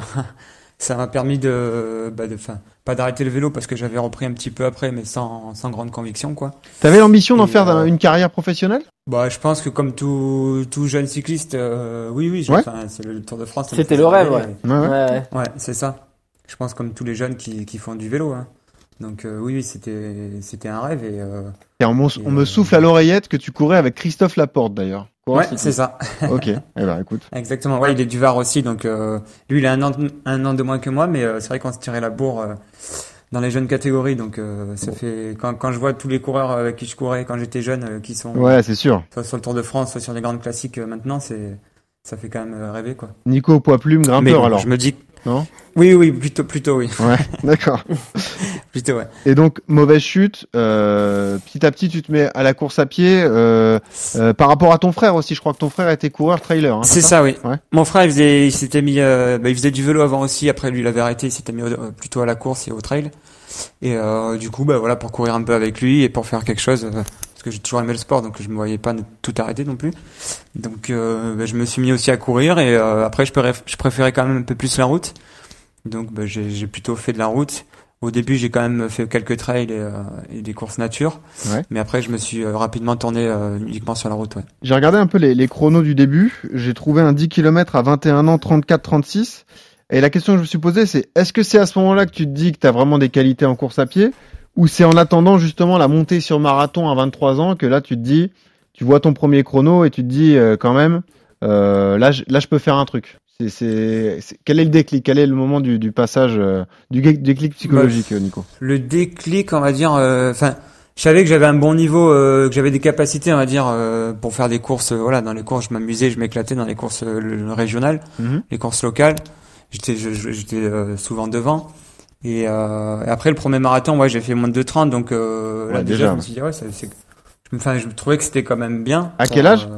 ça m'a permis de bah de enfin pas d'arrêter le vélo parce que j'avais repris un petit peu après, mais sans sans grande conviction, quoi. T'avais l'ambition d'en Et, faire euh, une carrière professionnelle? Bah, je pense que comme tout tout jeune cycliste, euh, oui oui, je- Ouais. enfin c'est le Tour de France. ça me C'était faisait le rêve, rêver. Ouais, ouais. Ouais, ouais. Ouais, c'est ça. Je pense comme tous les jeunes qui qui font du vélo, hein. Donc euh, oui oui, c'était c'était un rêve et euh, Et on, m'en- on me souffle à l'oreillette que tu courais avec Christophe Laporte, d'ailleurs. Coureur ouais, cycliste. c'est ça. Ok. Eh ben, écoute. Exactement. Ouais, il est du Var aussi, donc euh, lui, il a un an, de- un an de moins que moi, mais euh, c'est vrai qu'on se tirait la bourre euh, dans les jeunes catégories, donc euh, ça fait quand quand je vois tous les coureurs avec qui je courais quand j'étais jeune, euh, qui sont Ouais, c'est sûr. soit sur le Tour de France, soit sur les grandes classiques euh, maintenant, c'est ça fait quand même euh, rêver, quoi. Nico poids plume, grimpeur, mais bon, alors. je me dis Non? oui, oui, plutôt, plutôt, oui, Ouais. D'accord. plutôt, ouais. Et donc, mauvaise chute, euh, petit à petit, tu te mets à la course à pied, euh, euh, par rapport à ton frère aussi. Je crois que ton frère était coureur trailer. Hein, C'est ça, oui. Ouais. Mon frère, il faisait, il s'était mis, euh, bah, il faisait du vélo avant aussi. Après, lui, il avait arrêté. Il s'était mis au- euh, plutôt à la course et au trail. Et euh, du coup, bah voilà, pour courir un peu avec lui et pour faire quelque chose, euh, parce que j'ai toujours aimé le sport, donc je me voyais pas ne- tout arrêter non plus. Donc, euh, bah, je me suis mis aussi à courir et euh, après, je, préférais, je préférais quand même un peu plus la route. Donc, bah, j'ai, j'ai plutôt fait de la route. Au début, j'ai quand même fait quelques trails et, euh, et des courses nature. Ouais. Mais après, je me suis euh, rapidement tourné euh, uniquement sur la route. Ouais. J'ai regardé un peu les, les chronos du début. J'ai trouvé un dix kilomètres à vingt et un ans, trente-quatre trente-six. Et la question que je me suis posée, c'est est-ce que c'est à ce moment-là que tu te dis que tu as vraiment des qualités en course à pied ou c'est en attendant justement la montée sur marathon à vingt-trois ans que là tu te dis, tu vois ton premier chrono et tu te dis euh, quand même, euh, là, je, là je peux faire un truc. C'est, c'est, c'est- quel est le déclic? Quel est le moment du, du passage, euh, du gé- déclic psychologique, Nico? Le déclic, on va dire, enfin, je savais que j'avais un bon niveau, euh, que j'avais des capacités, on va dire, euh, pour faire des courses. Euh, voilà, dans les courses, je m'amusais, je m'éclatais dans les courses euh, le- le régionales, Mhm. les courses locales. J'étais, je- je- j'étais euh, souvent devant. Et, euh, et après le premier marathon, ouais, j'ai fait moins de deux trente, donc euh, là Ouais, déjà, déjà, je me suis dit ouais, ça, c'est, je me- enfin, je trouvais que c'était quand même bien. À quel âge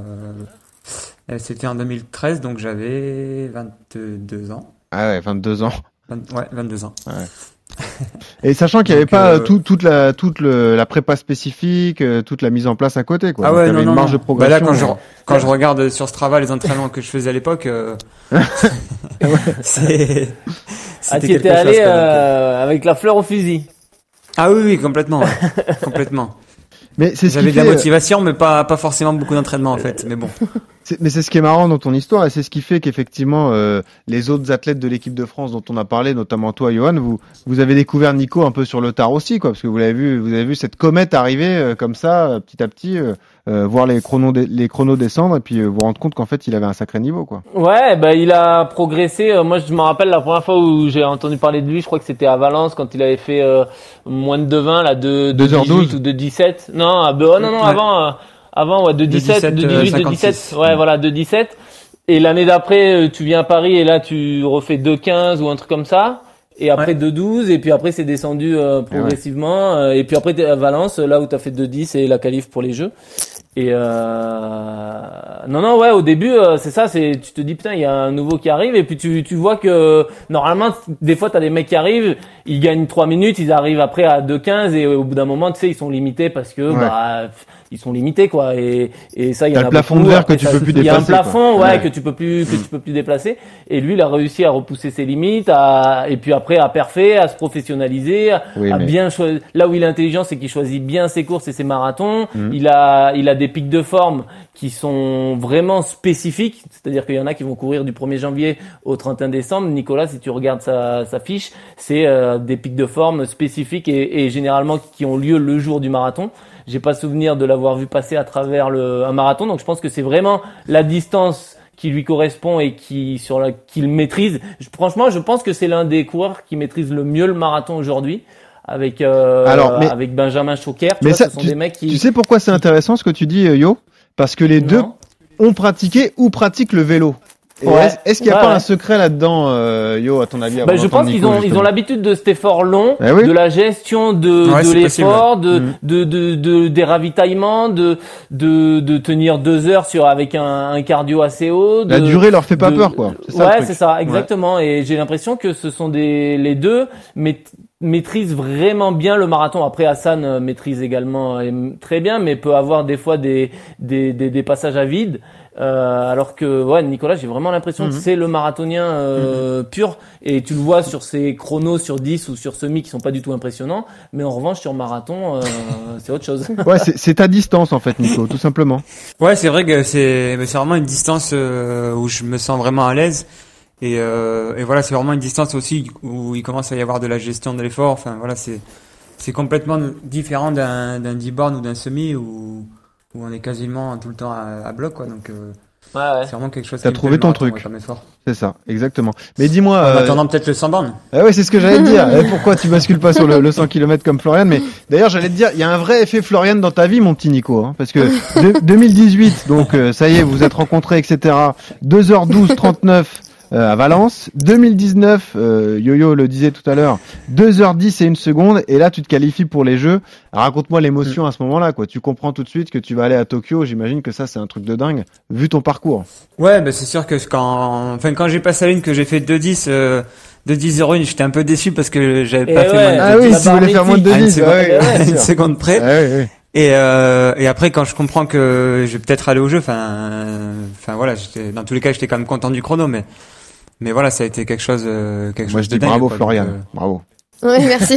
euh, C'était en deux mille treize, donc j'avais vingt-deux ans. Ah ouais, vingt-deux ans. vingt, ouais, vingt-deux ans. Et sachant qu'il n'y avait Donc, pas euh, euh, tout, toute la toute le, la prépa spécifique, euh, toute la mise en place à côté, quoi. Ah Donc, ouais, t'avais non, une non, marge non. de progression. Bah là, quand je, euh, quand je regarde sur Strava les entraînements que je faisais à l'époque, euh, c'est, Ah, c'était tu étais quelque chose, allé quoi, donc, euh. euh, avec la fleur au fusil. Ah oui, oui, complètement, ouais. complètement. Mais c'est ce J'avais qui de la fait, motivation, mais pas, pas forcément beaucoup d'entraînement, en fait. Mais bon. c'est- mais c'est ce qui est marrant dans ton histoire et c'est ce qui fait qu'effectivement euh, les autres athlètes de l'équipe de France dont on a parlé, notamment toi, Johan, vous vous avez découvert Nico un peu sur le tard aussi, quoi, parce que vous l'avez vu, vous avez vu cette comète arriver euh, comme ça, euh, petit à petit, euh, euh, voir les chronos dé- les chronos descendre et puis euh, vous rendre compte qu'en fait il avait un sacré niveau, quoi. Ouais, bah il a progressé. Euh, Moi, je me rappelle la première fois où j'ai entendu parler de lui, je crois que c'était à Valence quand il avait fait euh, moins de deux vingt, là, de, de deux heures dix-huit douze. ou de dix-sept. Non, ah, bah, oh, non, non, Ouais. avant, euh, avant, ouais, de dix-sept, de dix-sept, dix-huit, de cinquante-six. dix-sept. Ouais, voilà, de dix-sept. Et l'année d'après, euh, tu viens à Paris et là, tu refais deux quinze ou un truc comme ça. Et après Ouais. deux douze, et puis après c'est descendu euh, progressivement. euh, Et puis après t'es à Valence, là où t'as fait deux dix et la qualif pour les Jeux. Et euh... non non ouais, au début euh, c'est ça, c'est tu te dis putain il y a un nouveau qui arrive et puis tu tu vois que normalement des fois t'as des mecs qui arrivent, ils gagnent trois minutes, ils arrivent après à deux quinze et au bout d'un moment tu sais ils sont limités parce que Ouais. bah ils sont limités quoi. Et, et ça, il y T'as en a le plafond beaucoup. de verre Après, que tu ça, peux plus il y a un dépasser, plafond, quoi. ouais, Ouais. que tu peux plus, que tu peux plus déplacer. Et lui, il a réussi à repousser ses limites, à, et puis après à perfer, à se professionnaliser, à, Oui, à mais- bien choisir. Là où il est intelligent, c'est qu'il choisit bien ses courses et ses marathons. Mhm. Il a, il a des pics de forme qui sont vraiment spécifiques. C'est-à-dire qu'il y en a qui vont courir du premier janvier au trente et un décembre. Nicolas, si tu regardes sa, sa fiche, c'est euh, des pics de forme spécifiques et, et généralement qui ont lieu le jour du marathon. J'ai pas souvenir de l'avoir vu passer à travers le, un marathon. Donc je pense que c'est vraiment la distance qui lui correspond et qui sur la qu'il maîtrise. Je, franchement, je pense que c'est l'un des coureurs qui maîtrise le mieux le marathon aujourd'hui. Avec euh, Alors, mais- avec Benjamin Choquer, tu Mais vois, ça, ce sont tu, des mecs qui tu sais pourquoi c'est intéressant ce que tu dis, euh, Yo? Parce que les deux Non. ont pratiqué ou pratiquent le vélo. Et Ouais. Est-ce, est-ce qu'il n'y a Ouais, pas ouais. un secret là-dedans, euh, Yo, à ton avis? avant Bah, je d'entendre pense qu'ils Nico, ont ils justement ont l'habitude de cet effort long, Eh oui. de la gestion de, Ouais, de c'est l'effort, de, Mhm. de, de de des ravitaillements, de de de tenir deux heures sur avec un, un cardio assez haut. De, La durée leur fait pas de- peur, quoi. C'est ça, le ouais, truc. c'est ça, exactement. Et j'ai l'impression que ce sont des les deux maît- maîtrisent vraiment bien le marathon. Après, Hassan euh, maîtrise également euh, très bien, mais peut avoir des fois des des des, des passages à vide. Euh, alors que ouais, Nicolas, j'ai vraiment l'impression Mhm. que c'est le marathonien euh, pur, et tu le vois sur ses chronos sur dix ou sur semi qui sont pas du tout impressionnants, mais en revanche sur marathon euh, c'est autre chose. Ouais, c'est, c'est ta distance, en fait, Nico, tout simplement. Ouais, c'est vrai que c'est mais c'est vraiment une distance euh, où je me sens vraiment à l'aise et euh, et voilà, c'est vraiment une distance aussi où il commence à y avoir de la gestion de l'effort. Enfin voilà, c'est c'est complètement différent d'un d'un dix bornes ou d'un semi où où on est quasiment tout le temps à, à bloc quoi. Donc euh, Ouais, ouais. c'est vraiment quelque chose T'as qui me trouvé plaît, le ton marathon, truc. ouais, comme effort. C'est ça, exactement. Mais dis-moi, En euh, attendant peut-être le cent bornes. ah ouais, c'est ce que j'allais te dire. Eh, pourquoi tu bascules pas sur le, le cent kilomètres comme Florian? Mais d'ailleurs, j'allais te dire, il y a un vrai effet Florian dans ta vie, mon petit Nico, hein, parce que de- deux mille dix-huit, donc euh, ça y est, vous êtes rencontrés, et cetera. deux heures douze trente-neuf euh, à Valence. deux mille dix-neuf, euh, Yo-Yo le disait tout à l'heure, deux heures dix et une seconde, et là tu te qualifies pour les Jeux. Alors, raconte-moi l'émotion à ce moment-là, quoi. Tu comprends tout de suite que tu vas aller à Tokyo. J'imagine que ça, c'est un truc de dingue, vu ton parcours. Ouais, bah c'est sûr que quand enfin quand j'ai passé la ligne que j'ai fait deux dix euh, deux dix zéro un, j'étais un peu déçu parce que j'avais Et pas fait ouais. moins de Ah deux oui, dix si tu voulais faire moins de à une dix, seconde, ouais, ouais, ouais, bien à une sûr. seconde près. Ah ouais, ouais. Et, euh, et après, quand je comprends que je vais peut-être aller au jeu, enfin, euh, enfin voilà, j'étais, dans tous les cas, j'étais quand même content du chrono, mais, mais voilà, ça a été quelque chose, euh, quelque Moi, chose je de dis dingue, bravo, quoi. Florian. Donc, euh, Bravo. Ouais, merci.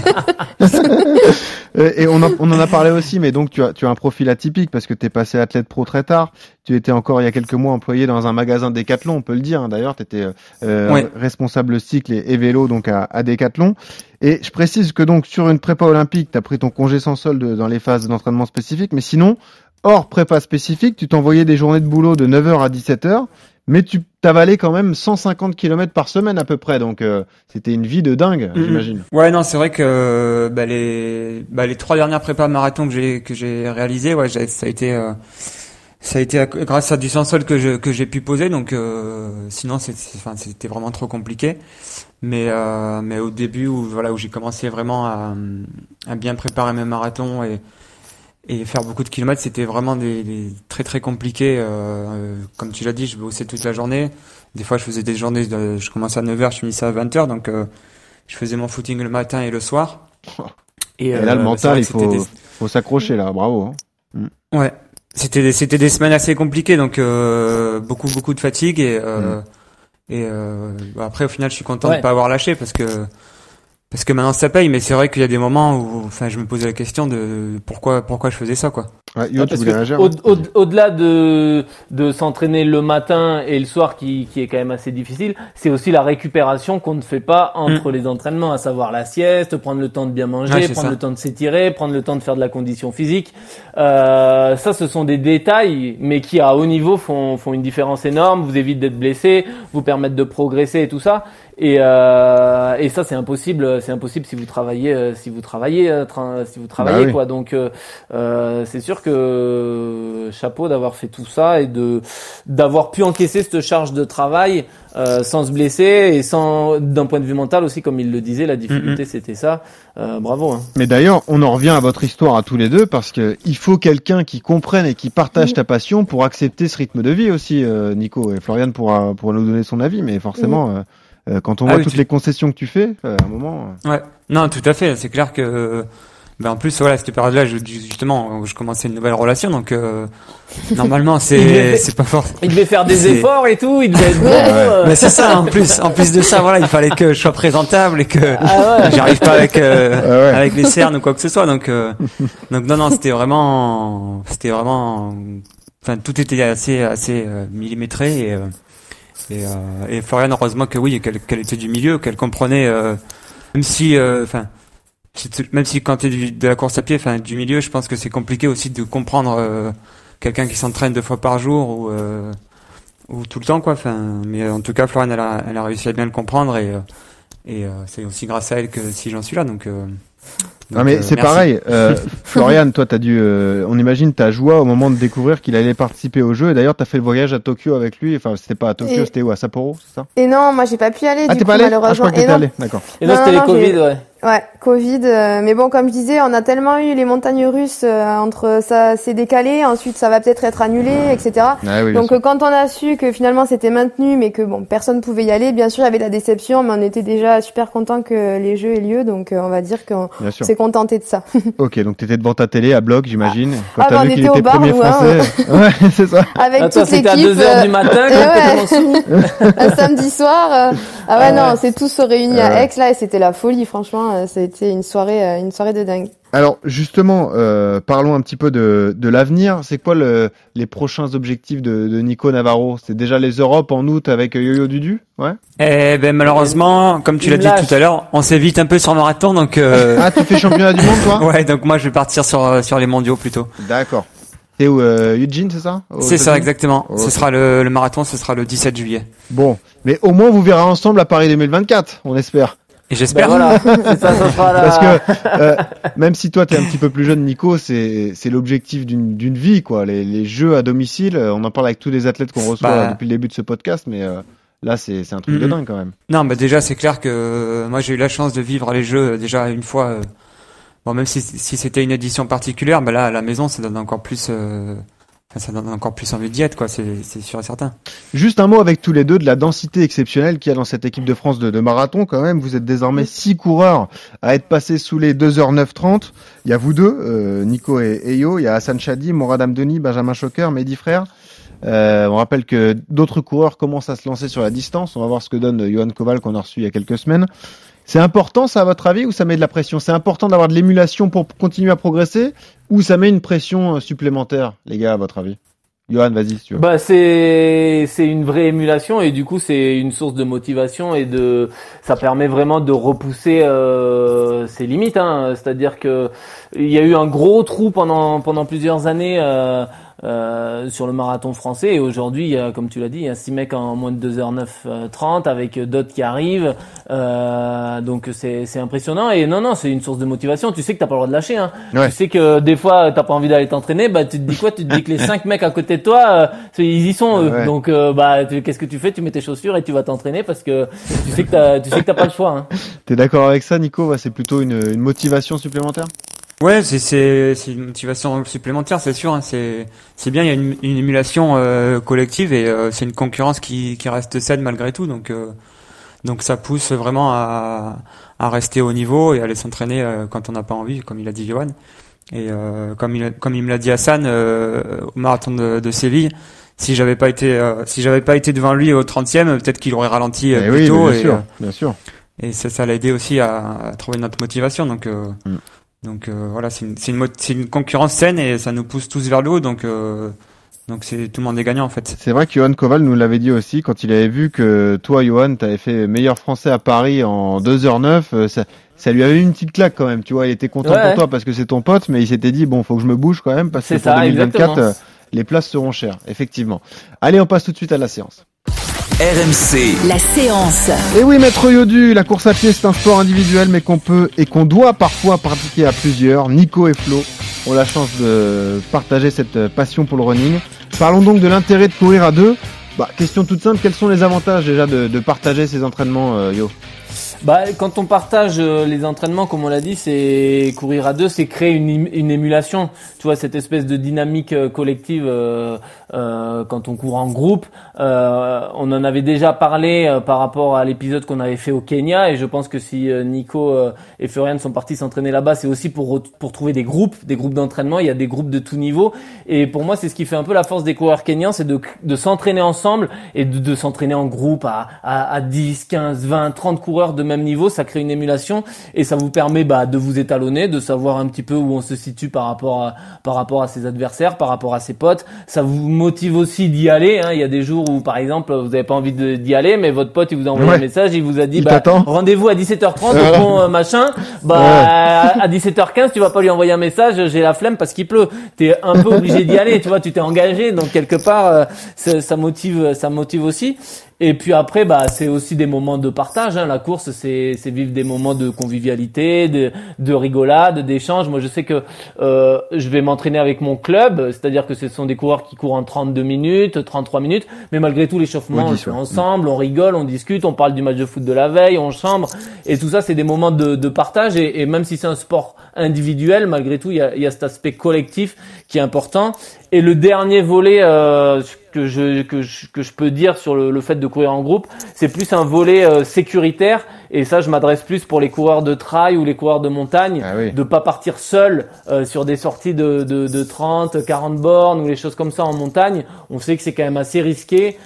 Euh, Et on en, on en a parlé aussi, mais donc tu as, tu as un profil atypique parce que tu es passé athlète pro très tard. Tu étais encore il y a quelques mois employé dans un magasin Decathlon, on peut le dire. Hein. D'ailleurs, tu étais euh, Ouais. responsable cycle et, et vélo donc à, à Decathlon. Et je précise que donc sur une prépa olympique, tu as pris ton congé sans solde dans les phases d'entraînement spécifiques, mais sinon, hors prépa spécifique, tu t'envoyais des journées de boulot de neuf heures à dix-sept heures. Mais tu t'avalais quand même cent cinquante kilomètres par semaine à peu près, donc euh, c'était une vie de dingue, Mhm. j'imagine. Ouais, non, c'est vrai que bah, les bah, les trois dernières prépas marathon que j'ai que j'ai réalisées, ouais, j'ai- ça a été euh, ça a été à- grâce à du sans sol que je que j'ai pu poser, donc euh, sinon c'est c'est- enfin c'était vraiment trop compliqué. Mais euh, mais au début où voilà où j'ai commencé vraiment à à bien préparer mes marathons et et faire beaucoup de kilomètres, c'était vraiment des, des très très compliqué. Euh, euh, comme tu l'as dit, je bossais toute la journée. Des fois, je faisais des journées, de, je commençais à neuf heures, je finissais à vingt heures, donc euh, je faisais mon footing le matin et le soir. Et euh, là, le c'est mental, vrai il que c'était faut, des- faut s'accrocher là, bravo. hein. Ouais, c'était des, c'était des semaines assez compliquées, donc euh, beaucoup beaucoup de fatigue et euh, et euh, bah, après au final, je suis content Ouais. de pas avoir lâché parce que parce que maintenant ça paye. Mais c'est vrai qu'il y a des moments où, enfin, je me posais la question de pourquoi pourquoi je faisais ça quoi. Ouais, Yo, Ah, tu parce voulais que réagir au, hein au, au-delà de, de s'entraîner le matin et le soir qui, qui est quand même assez difficile, c'est aussi la récupération qu'on ne fait pas entre les entraînements, à savoir la sieste, prendre le temps de bien manger, Ouais, c'est prendre ça. le temps de s'étirer, prendre le temps de faire de la condition physique. Euh, ça, ce sont des détails, mais qui à haut niveau font, font une différence énorme, vous évitent d'être blessé, vous permettent de progresser et tout ça. Et, euh, et ça, c'est impossible, c'est impossible si vous travaillez, euh, si vous travaillez, euh, tra- si vous travaillez Bah oui. quoi. Donc, euh, euh, c'est sûr que euh, chapeau d'avoir fait tout ça et de d'avoir pu encaisser cette charge de travail euh, sans se blesser et sans, d'un point de vue mental aussi, comme il le disait, la difficulté c'était ça. Euh, bravo. Hein. Mais d'ailleurs, on en revient à votre histoire à tous les deux parce que il faut quelqu'un qui comprenne et qui partage ta passion pour accepter ce rythme de vie aussi, euh, Nico. Et Florian pourra, pourra nous donner son avis, mais forcément, euh, euh, quand on Ah voit oui, toutes tu- les concessions que tu fais, euh, à un moment. euh, Ouais. Non, tout à fait. C'est clair que Ben en plus voilà, cette période-là, je, justement, je commençais une nouvelle relation, donc euh, normalement c'est c'est pas fort. Il devait faire des c'est... efforts et tout, il devait être beau. Ouais. Euh... Mais c'est ça, en plus, en plus de ça, voilà, il fallait que je sois présentable et que ah ouais. j'arrive pas avec euh, ah ouais. avec les cernes ou quoi que ce soit, donc euh, donc non non, c'était vraiment c'était vraiment, enfin tout était assez assez euh, millimétré et euh, et, euh, et Floriane, heureusement que oui, qu'elle, qu'elle était du milieu, qu'elle comprenait, euh, même si enfin. Euh, Même si quand t'es du, de la course à pied, enfin du milieu, je pense que c'est compliqué aussi de comprendre euh, quelqu'un qui s'entraîne deux fois par jour ou euh, ou tout le temps quoi. Enfin, mais en tout cas, Floriane, elle a, elle a réussi à bien le comprendre et et euh, c'est aussi grâce à elle que si j'en suis là. Donc, euh, donc non mais euh, c'est merci. Pareil. Euh, Floriane, toi, t'as dû, euh, on imagine ta joie au moment de découvrir qu'il allait participer au jeu. Et d'ailleurs, t'as fait le voyage à Tokyo avec lui. Enfin, c'était pas à Tokyo, et... c'était où, à Sapporo, c'est ça? Et non, moi j'ai pas pu y aller. Ah, du t'es coup, pas allé? malheureusement. Ah, je crois que t'étais allé. D'accord. Et là, c'était les Covid, j'ai... ouais. Ouais, Covid. Euh, mais bon, comme je disais, on a tellement eu les montagnes russes euh, entre ça s'est décalé, ensuite ça va peut-être être annulé, et cetera. Ah, oui, donc euh, quand on a su que finalement c'était maintenu, mais que bon, personne pouvait y aller, bien sûr, il y avait la déception, mais on était déjà super content que les jeux aient lieu, donc euh, on va dire qu'on s'est contenté de ça. Ok, donc t'étais devant ta télé à bloc, j'imagine. Quand ah, t'as bah, vu on qu'il était était bar, premier français. Hein. Ouais, c'est ça. Avec Attends, toute l'équipe. C'était à deux heures du matin, euh, ouais. Un samedi soir. Euh... Ah ouais, ah, non, c'est tous réunis euh... à Aix là, et c'était la folie, franchement, ça a été une soirée, une soirée de dingue. Alors justement, euh, parlons un petit peu de, de l'avenir. C'est quoi le, les prochains objectifs de, de Nico Navarro? C'est déjà les Europes en août avec Yo-Yo Dudu, ouais. Eh ben malheureusement, comme tu l'as dit tout à l'heure, on s'évite un peu sur le marathon, donc. Euh... Ah, tu fais championnat du monde, toi? Ouais, donc moi je vais partir sur sur les mondiaux plutôt. D'accord. C'est où, euh, Eugene, c'est ça? C'est ça, exactement. Okay. Ce sera le, le marathon, ce sera le dix-sept juillet. Bon, mais au moins vous verrez ensemble à Paris deux mille vingt-quatre, on espère. Et j'espère. Ben voilà, c'est ça, ça sera là. Parce que euh, même si toi t'es un petit peu plus jeune, Nico, c'est c'est l'objectif d'une d'une vie, quoi. Les les jeux à domicile, on en parle avec tous les athlètes qu'on reçoit bah... depuis le début de ce podcast, mais euh, là c'est c'est un truc mm-hmm. de dingue quand même. Non, bah déjà c'est clair que euh, moi j'ai eu la chance de vivre les jeux déjà une fois. Euh, bon, même si si c'était une édition particulière, bah là à la maison ça donne encore plus. Euh, Ça donne encore plus envie d'y être, quoi, c'est, c'est sûr et certain. Juste un mot avec tous les deux de la densité exceptionnelle qu'il y a dans cette équipe de France de, de marathon, quand même. Vous êtes désormais six coureurs à être passés sous les deux heures neuf trente. Il y a vous deux, euh, Nico et, et Yo. Il y a Hassan Chadi, Mourad Amdouni, Benjamin Choquer, Mehdi Frère. Euh, on rappelle que d'autres coureurs commencent à se lancer sur la distance. On va voir ce que donne Johan Koval qu'on a reçu il y a quelques semaines. C'est important, ça, à votre avis, ou ça met de la pression? C'est important d'avoir de l'émulation pour continuer à progresser, ou ça met une pression supplémentaire, les gars, à votre avis? Johan, vas-y, si tu veux. Bah, c'est, c'est une vraie émulation, et du coup, c'est une source de motivation, et de, ça permet vraiment de repousser, euh, ses limites, hein. C'est-à-dire que, il y a eu un gros trou pendant, pendant plusieurs années, euh, Euh, sur le marathon français, et aujourd'hui il y a, comme tu l'as dit, il y a six mecs en moins de deux heures neuf trente avec d'autres qui arrivent, euh, donc c'est c'est impressionnant. Et non non c'est une source de motivation. Tu sais que t'as pas le droit de lâcher, hein. Ouais. Tu sais que des fois t'as pas envie d'aller t'entraîner, bah tu te dis quoi? Tu te dis que les cinq mecs à côté de toi, euh, ils y sont eux. Ouais. Donc euh, bah tu, qu'est-ce que tu fais? Tu mets tes chaussures et tu vas t'entraîner parce que tu sais que t'as tu sais que t'as pas le choix, hein. T'es d'accord avec ça, Nico? Ouais, c'est plutôt une, une motivation supplémentaire? Ouais, c'est c'est c'est une motivation supplémentaire, c'est sûr. Hein, c'est c'est bien, il y a une, une émulation euh, collective et euh, c'est une concurrence qui qui reste saine malgré tout. Donc euh, donc ça pousse vraiment à à rester au niveau et à aller s'entraîner euh, quand on n'a pas envie, comme il a dit Johan. Et euh, comme il a, comme il me l'a dit Hassan euh, au marathon de, de Séville, si j'avais pas été euh, si j'avais pas été devant lui au trentième, peut-être qu'il aurait ralenti euh, plus oui, tôt. Bien et, sûr, euh, bien sûr. Et ça ça l'a aidé aussi à, à trouver notre motivation. Donc euh, mm. Donc euh, voilà, c'est une, c'est une c'est une concurrence saine et ça nous pousse tous vers le haut. Donc euh, donc c'est tout le monde est gagnant en fait. C'est vrai que Johan Koval nous l'avait dit aussi quand il avait vu que toi, Johan, t'avais fait meilleur français à Paris en deux heures neuf. Ça, ça lui avait eu une petite claque quand même. Tu vois, il était content ouais. pour toi parce que c'est ton pote, mais il s'était dit bon, faut que je me bouge quand même parce c'est que pour ça, deux mille vingt-quatre, euh, les places seront chères, effectivement. Allez, on passe tout de suite à la séance. R M C. La séance. Et oui, maître Yodu, la course à pied c'est un sport individuel mais qu'on peut et qu'on doit parfois pratiquer à plusieurs. Nico et Flo ont la chance de partager cette passion pour le running. Parlons donc de l'intérêt de courir à deux. Bah, question toute simple, quels sont les avantages déjà de, de partager ces entraînements, euh, Yo? Bah, quand on partage les entraînements, comme on l'a dit, c'est courir à deux, c'est créer une, une émulation. Tu vois, cette espèce de dynamique collective euh, euh, quand on court en groupe. Euh, on en avait déjà parlé euh, par rapport à l'épisode qu'on avait fait au Kenya, et je pense que si euh, Nico euh, et Florian sont partis s'entraîner là-bas, c'est aussi pour pour trouver des groupes, des groupes d'entraînement. Il y a des groupes de tout niveau, et pour moi, c'est ce qui fait un peu la force des coureurs kenyans, c'est de de s'entraîner ensemble et de, de s'entraîner en groupe à, à à dix, quinze, vingt, trente coureurs de même niveau. Ça crée une émulation et ça vous permet bah de vous étalonner, de savoir un petit peu où on se situe par rapport à par rapport à ses adversaires, par rapport à ses potes. Ça vous motive aussi d'y aller, hein. Il y a des jours où par exemple vous avez pas envie de, d'y aller, mais votre pote il vous a envoyé ouais. un message, il vous a dit il bah t'attend. Rendez-vous à dix-sept heures trente au pont euh, machin. Bah ouais. à dix-sept heures quinze tu vas pas lui envoyer un message, j'ai la flemme parce qu'il pleut. T'es un peu obligé d'y aller, tu vois, tu t'es engagé, donc quelque part euh, ça, ça motive ça motive aussi. Et puis après, bah c'est aussi des moments de partage. Hein. La course, c'est c'est vivre des moments de convivialité, de de rigolade, d'échange. Moi, je sais que euh, je vais m'entraîner avec mon club, c'est-à-dire que ce sont des coureurs qui courent en trente-deux minutes, trente-trois minutes. Mais malgré tout, l'échauffement, on le fait ensemble, on rigole, on discute, on parle du match de foot de la veille, on chambre. Et tout ça, c'est des moments de de partage. Et, et même si c'est un sport individuel, malgré tout, il y a il y a cet aspect collectif qui est important. Et le dernier volet euh, que je que je que je peux dire sur le, le fait de courir en groupe, c'est plus un volet euh, sécuritaire. Et ça, je m'adresse plus pour les coureurs de trail ou les coureurs de montagne, ah oui. de pas partir seul euh, sur des sorties de, de de trente, quarante bornes ou les choses comme ça en montagne. On sait que c'est quand même assez risqué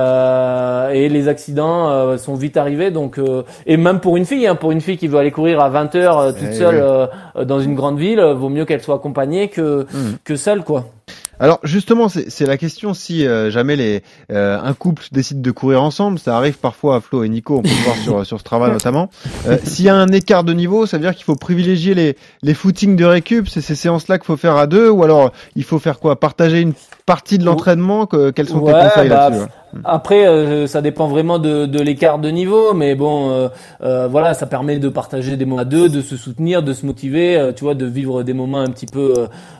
euh, et les accidents euh, sont vite arrivés. Donc euh, et même pour une fille, hein, pour une fille qui veut aller courir à vingt heures euh, toute eh seule oui. euh, dans une grande ville, vaut mieux qu'elle soit accompagnée que mmh. que seule, quoi. Alors justement, c'est, c'est la question si euh, jamais les euh, un couple décide de courir ensemble, ça arrive parfois à Flo et Nico, on peut le voir sur sur ce travail notamment. Euh, s'il y a un écart de niveau, ça veut dire qu'il faut privilégier les les footings de récup, c'est ces séances-là qu'il faut faire à deux, ou alors il faut faire quoi, partager une partie de l'entraînement, que, quels sont ouais, tes conseils bah, là-dessus? Après, euh, ça dépend vraiment de, de l'écart de niveau, mais bon, euh, euh, voilà, ça permet de partager des moments à deux, de se soutenir, de se motiver, euh, tu vois, de vivre des moments un petit peu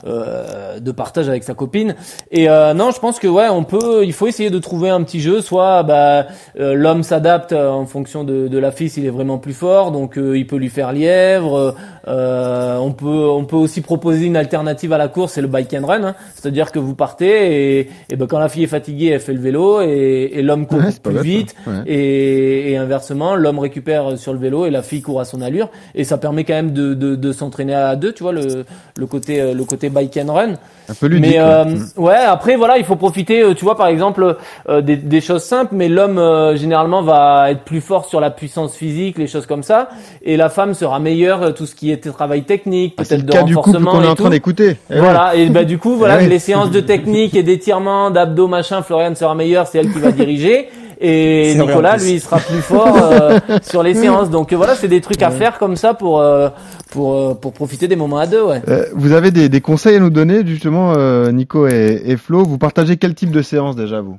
euh, de partage avec sa copine. Et euh, non, je pense que ouais, on peut, il faut essayer de trouver un petit jeu. Soit bah euh, l'homme s'adapte en fonction de, de la fille s'il est vraiment plus fort, donc euh, il peut lui faire lièvre. Euh, on peut, on peut aussi proposer une alternative à la course, c'est le bike and run, hein. C'est-à-dire que vous partez et, et ben quand la fille est fatiguée, elle fait le vélo et Et, et l'homme court ouais, plus vite ouais. et, et inversement, l'homme récupère sur le vélo et la fille court à son allure, et ça permet quand même de, de, de s'entraîner à deux, tu vois, le, le côté le côté bike and run. Un peu ludique. Mais euh, ouais, après voilà, il faut profiter, tu vois, par exemple euh, des, des choses simples, mais l'homme euh, généralement va être plus fort sur la puissance physique, les choses comme ça, et la femme sera meilleure tout ce qui est travail technique, peut-être ah, de renforcement. C'est le cas du couple qu'on est en train d'écouter. Et voilà, ouais. et bah du coup voilà, ouais. les séances de technique et d'étirement, d'abdos, machin, Florian sera meilleure, c'est elle qui va diriger. Et c'est Nicolas, lui, il sera plus fort euh, sur les séances. Donc voilà, c'est des trucs à faire comme ça pour euh, pour euh, pour profiter des moments à deux. Ouais. Euh, vous avez des, des conseils à nous donner justement, euh, Nico et, et Flo. Vous partagez quel type de séance déjà, vous?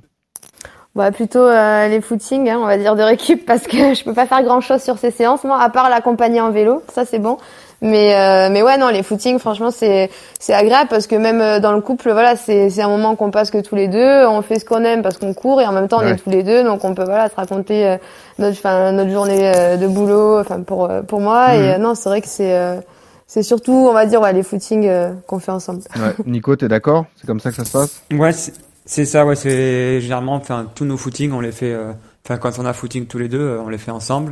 Bah plutôt euh, les footings, hein, on va dire de récup, parce que je peux pas faire grand chose sur ces séances, moi, à part l'accompagner en vélo. Ça c'est bon. Mais euh, mais ouais non, les footings franchement c'est c'est agréable parce que même dans le couple voilà, c'est c'est un moment qu'on passe que tous les deux, on fait ce qu'on aime parce qu'on court et en même temps on ouais. est tous les deux, donc on peut voilà se raconter euh, notre enfin notre journée euh, de boulot, enfin pour pour moi mmh. et euh, non, c'est vrai que c'est euh, c'est surtout on va dire ouais les footings euh, qu'on fait ensemble. Ouais. Nico, t'es d'accord? C'est comme ça que ça se passe? Ouais, c'est, c'est ça, ouais, c'est généralement enfin tous nos footings, on les fait enfin euh, quand on a footing tous les deux, on les fait ensemble.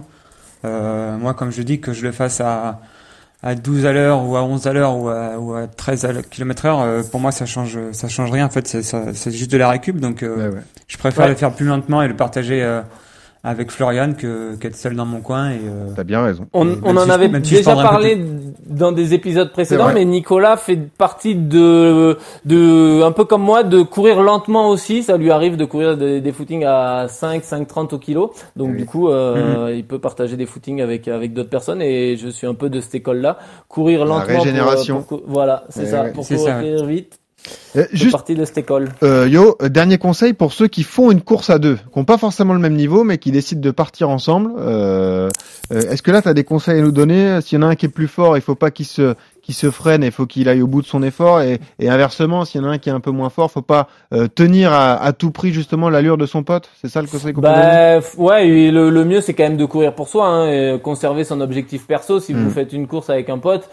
Euh, moi comme je dis que je le fasse à à douze à l'heure ou à onze à l'heure ou à, ou à treize kilomètres heure, euh, pour moi ça change ça change rien en fait, c'est ça, c'est juste de la récup, donc euh, ouais, ouais. je préfère ouais. le faire plus lentement et le partager euh, avec Florian que qu'être seul dans mon coin. Et euh, t'as bien raison. On, on en si avait je, déjà parlé dans des épisodes précédents, mais Nicolas fait partie de de un peu comme moi de courir lentement aussi. Ça lui arrive de courir des, des footings à cinq, cinq trente au kilo. Donc oui. du coup, euh, mm-hmm. il peut partager des footings avec avec d'autres personnes. Et je suis un peu de cette école-là. Courir lentement. La régénération. Pour, pour, voilà, c'est oui, ça. Oui. Pour c'est courir ça, vite. Euh, juste partie de cette école. Euh, yo, dernier conseil pour ceux qui font une course à deux, qui n'ont pas forcément le même niveau, mais qui décident de partir ensemble. Euh, euh, est-ce que là, tu as des conseils à nous donner? S'il y en a un qui est plus fort, il faut pas qu'il se qui se freine et faut qu'il aille au bout de son effort. Et, et inversement, s'il y en a un qui est un peu moins fort, faut pas euh, tenir à, à tout prix justement l'allure de son pote. C'est ça le conseil qu'on peut donner ? Bah ouais, le, le mieux c'est quand même de courir pour soi, hein, et conserver son objectif perso. Si mmh. vous faites une course avec un pote,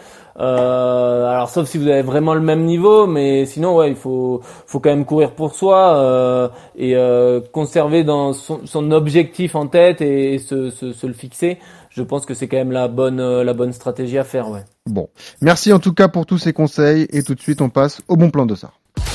euh, alors sauf si vous avez vraiment le même niveau, mais sinon ouais, il faut faut quand même courir pour soi euh, et euh, conserver dans son, son objectif en tête et, et se, se, se le fixer. Je pense que c'est quand même la bonne euh, la bonne stratégie à faire, ouais. Bon, merci en tout cas pour tous ces conseils et tout de suite on passe au bon plan d'Ossard.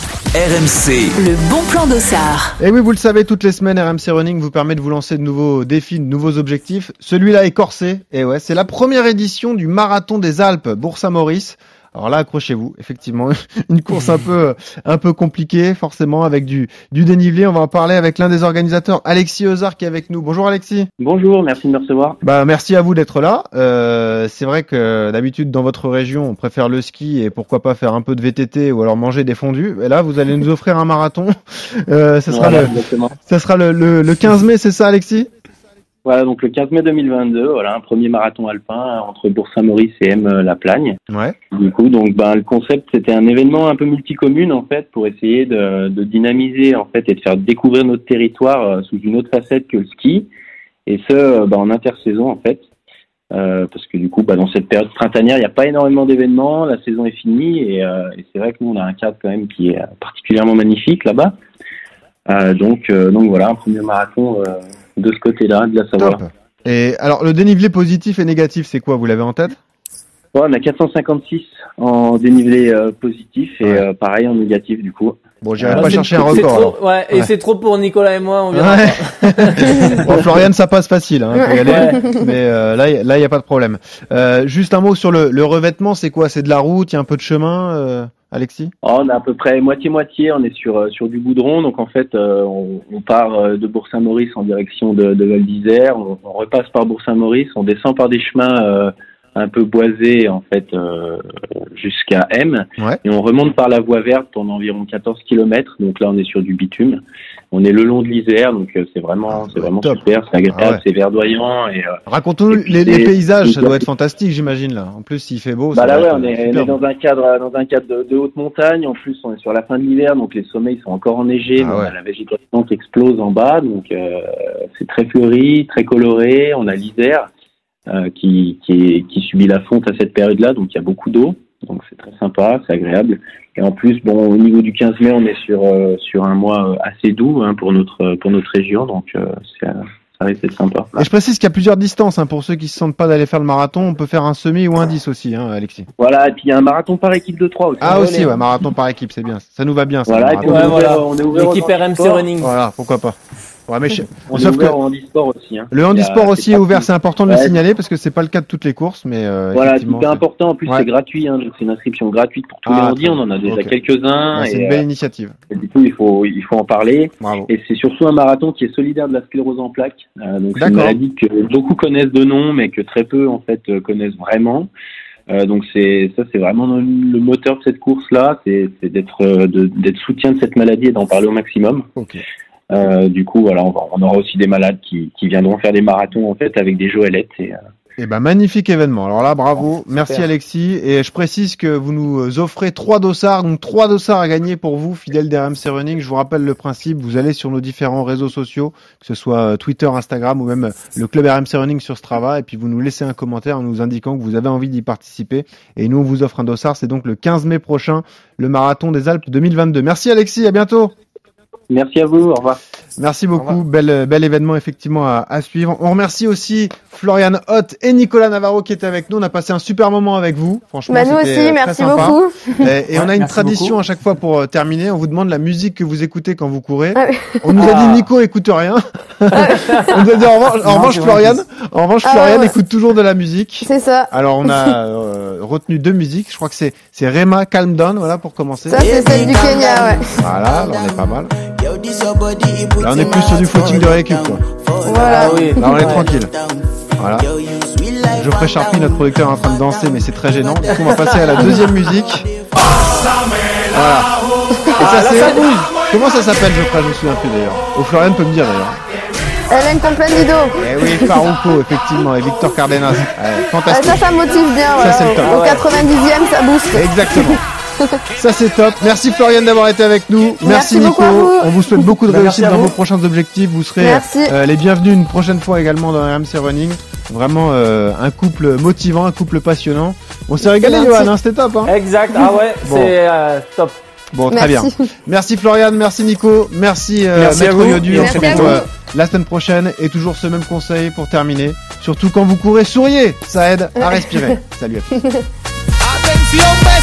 R M C. Le bon plan d'Ossard. Et oui, vous le savez, toutes les semaines, R M C Running vous permet de vous lancer de nouveaux défis, de nouveaux objectifs. Celui-là est corsé. Et ouais, c'est la première édition du Marathon des Alpes Bourg-Saint-Maurice. Alors là, accrochez-vous. Effectivement, une course un peu, un peu compliquée, forcément, avec du, du dénivelé. On va en parler avec l'un des organisateurs, Alexis Ozard, qui est avec nous. Bonjour Alexis. Bonjour, merci de me recevoir. Bah, merci à vous d'être là. Euh, c'est vrai que d'habitude, dans votre région, on préfère le ski et pourquoi pas faire un peu de V T T ou alors manger des fondus. Et là, vous allez nous offrir un marathon. Euh, ça sera voilà, le, exactement. ça sera le, le, le quinze mai, c'est ça Alexis? Voilà, donc le quinze mai deux mille vingt-deux, voilà, un premier marathon alpin entre Bourg-Saint-Maurice et M-la-Plagne. Ouais. Du coup, donc, ben, le concept, c'était un événement un peu multicommune, en fait, pour essayer de, de dynamiser, en fait, et de faire découvrir notre territoire euh, sous une autre facette que le ski. Et ce, euh, ben, en intersaison, en fait. Euh, parce que du coup, ben, dans cette période printanière, il n'y a pas énormément d'événements, la saison est finie, et, euh, et c'est vrai que nous, on a un cadre quand même qui est particulièrement magnifique là-bas. Euh, donc, euh, donc voilà, un premier marathon, euh, de ce côté-là, de la Savoie. Top. Et alors, le dénivelé positif et négatif, c'est quoi? Vous l'avez en tête? Ouais, on a quatre cent cinquanté-six en dénivelé euh, positif et ouais. euh, pareil en négatif du coup. Bon, j'irai ah, pas chercher un record. Trop, ouais, et ouais. c'est trop pour Nicolas et moi, on verra. Ouais. Bon, Florian, ça passe facile, hein, faut y aller. Ouais. Mais euh, là, là, il y a pas de problème. Euh, juste un mot sur le, le revêtement, c'est quoi? C'est de la route, il y a un peu de chemin, euh, Alexis? Oh, on a à peu près moitié-moitié, on est sur euh, sur du goudron, donc en fait, euh, on, on part de Bourg-Saint-Maurice en direction de, de Val d'Isère, on, on repasse par Bourg-Saint-Maurice, on descend par des chemins euh, un peu boisés en fait euh, jusqu'à M, ouais. et on remonte par la voie verte pendant environ quatorze kilomètres, donc là on est sur du bitume. On est le long de l'Isère, donc euh, c'est vraiment, ah, c'est vraiment top. Super, c'est agréable, ah ouais. c'est verdoyant. Et, euh, racontons-nous les, les paysages, ça doit être fantastique, j'imagine là. En plus, s'il fait beau. Bah ça là, ouais, être, on est, on est dans un cadre, dans un cadre de, de haute montagne. En plus, on est sur la fin de l'hiver, donc les sommets sont encore enneigés. Ah, mais ouais. On a la végétation qui explose en bas, donc euh, c'est très fleuri, très coloré. On a l'Isère euh, qui, qui, est, qui subit la fonte à cette période-là, donc il y a beaucoup d'eau. Donc c'est très sympa, c'est agréable. Et en plus, bon, au niveau du quinze mai, on est sur euh, sur un mois assez doux hein, pour notre pour notre région, donc euh, c'est, ça risque d'être sympa. Et je précise qu'il y a plusieurs distances hein, pour ceux qui se sentent pas d'aller faire le marathon. On peut faire un semi ou un dix aussi, hein, Alexis. Voilà, et puis il y a un marathon par équipe de trois aussi. Ah aussi, ouais, marathon par équipe, c'est bien. Ça nous va bien. Ça, voilà, et puis on, ouais, est voilà. Ouvert, on est ouvert l'équipe R M C Running. Voilà, pourquoi pas. Ouais, mais je... On Sauf est ouvert que... au handisport aussi. Hein. Le handisport aussi est ouvert, c'est important de ouais. le signaler parce que c'est pas le cas de toutes les courses, mais euh, voilà, c'est hyper important. En plus, ouais. c'est gratuit, hein, donc c'est une inscription gratuite pour tous ah, les handis. On en a déjà okay. quelques-uns. Ouais, c'est et, une belle euh, initiative. Et du coup, il faut il faut en parler. Bravo. Et c'est surtout un marathon qui est solidaire de la sclérose en plaques. Euh, donc c'est une maladie que beaucoup connaissent de nom, mais que très peu en fait connaissent vraiment. Euh, donc c'est ça, c'est vraiment le moteur de cette course-là, c'est, c'est d'être de, d'être soutien de cette maladie et d'en parler au maximum. Okay. Euh, du coup, voilà, on, va, on aura aussi des malades qui, qui viendront faire des marathons en fait avec des joëlettes. Et, euh... et ben magnifique événement. Alors là, bravo, super. Merci Alexis. Et je précise que vous nous offrez trois dossards, donc trois dossards à gagner pour vous, fidèles d'R M C Running. Je vous rappelle le principe. Vous allez sur nos différents réseaux sociaux, que ce soit Twitter, Instagram ou même le club R M C Running sur Strava, et puis vous nous laissez un commentaire en nous indiquant que vous avez envie d'y participer. Et nous, on vous offre un dossard. C'est donc le quinze mai prochain, le marathon des Alpes deux mille vingt-deux. Merci Alexis. À bientôt. Merci à vous, au revoir. Merci beaucoup, bel, bel événement effectivement à, à suivre. On remercie aussi Florian Hott et Nicolas Navarro qui étaient avec nous. On a passé un super moment avec vous. Franchement, bah nous c'était aussi, très merci sympa. beaucoup. Et, et ouais, on a une tradition beaucoup. à chaque fois pour euh, terminer. On vous demande la musique que vous écoutez quand vous courez. Ah oui. On nous a dit Ah. Nico écoute rien. On nous a dit en revanche, en Non, revanche Florian, en revanche Ah, Florian ouais. écoute toujours de la musique. C'est ça. Alors on a euh, retenu deux musiques. Je crois que c'est c'est Rema Calm Down, voilà pour commencer. Ça c'est celle du Kenya, ouais. Voilà, là on est pas mal. Là on est plus sur du footing de récup quoi. Voilà. Ah oui. Là on est tranquille. Voilà. Geoffrey Charpie, notre producteur, est en train de danser, mais c'est très gênant. Du coup, on va passer à la deuxième musique. Voilà. Et ça, c'est... Comment ça s'appelle, Geoffrey? Je me souviens plus d'ailleurs. Ou Florian peut me dire d'ailleurs. Hélène Complenido. Eh oui, Farouco, effectivement, et Victor Cardenas. Ouais, fantastique. Ça, ça motive bien. Ça, Voilà. c'est le top. Au quatre-vingt-dixième, ça booste. Exactement. Ça c'est top. Merci Floriane d'avoir été avec nous. Merci, Merci Nico. beaucoup à vous. On vous souhaite beaucoup de Bah, réussite merci à dans vous. vos prochains objectifs. Vous serez Merci. euh, les bienvenus une prochaine fois également dans R M C Running. Vraiment euh, un couple motivant, un couple passionnant. On s'est régalé, Merci. Johan, hein, c'était top. Hein. Exact. Ah ouais, Bon. c'est euh, top. Bon, très Merci. bien. Merci Floriane, merci Nico, merci, euh, Merci à Maître vous. Yodu. Merci On se à retrouve vous. euh, la semaine prochaine et toujours ce même conseil pour terminer. Surtout quand vous courez, souriez, ça aide à respirer. Salut à tous. Atención,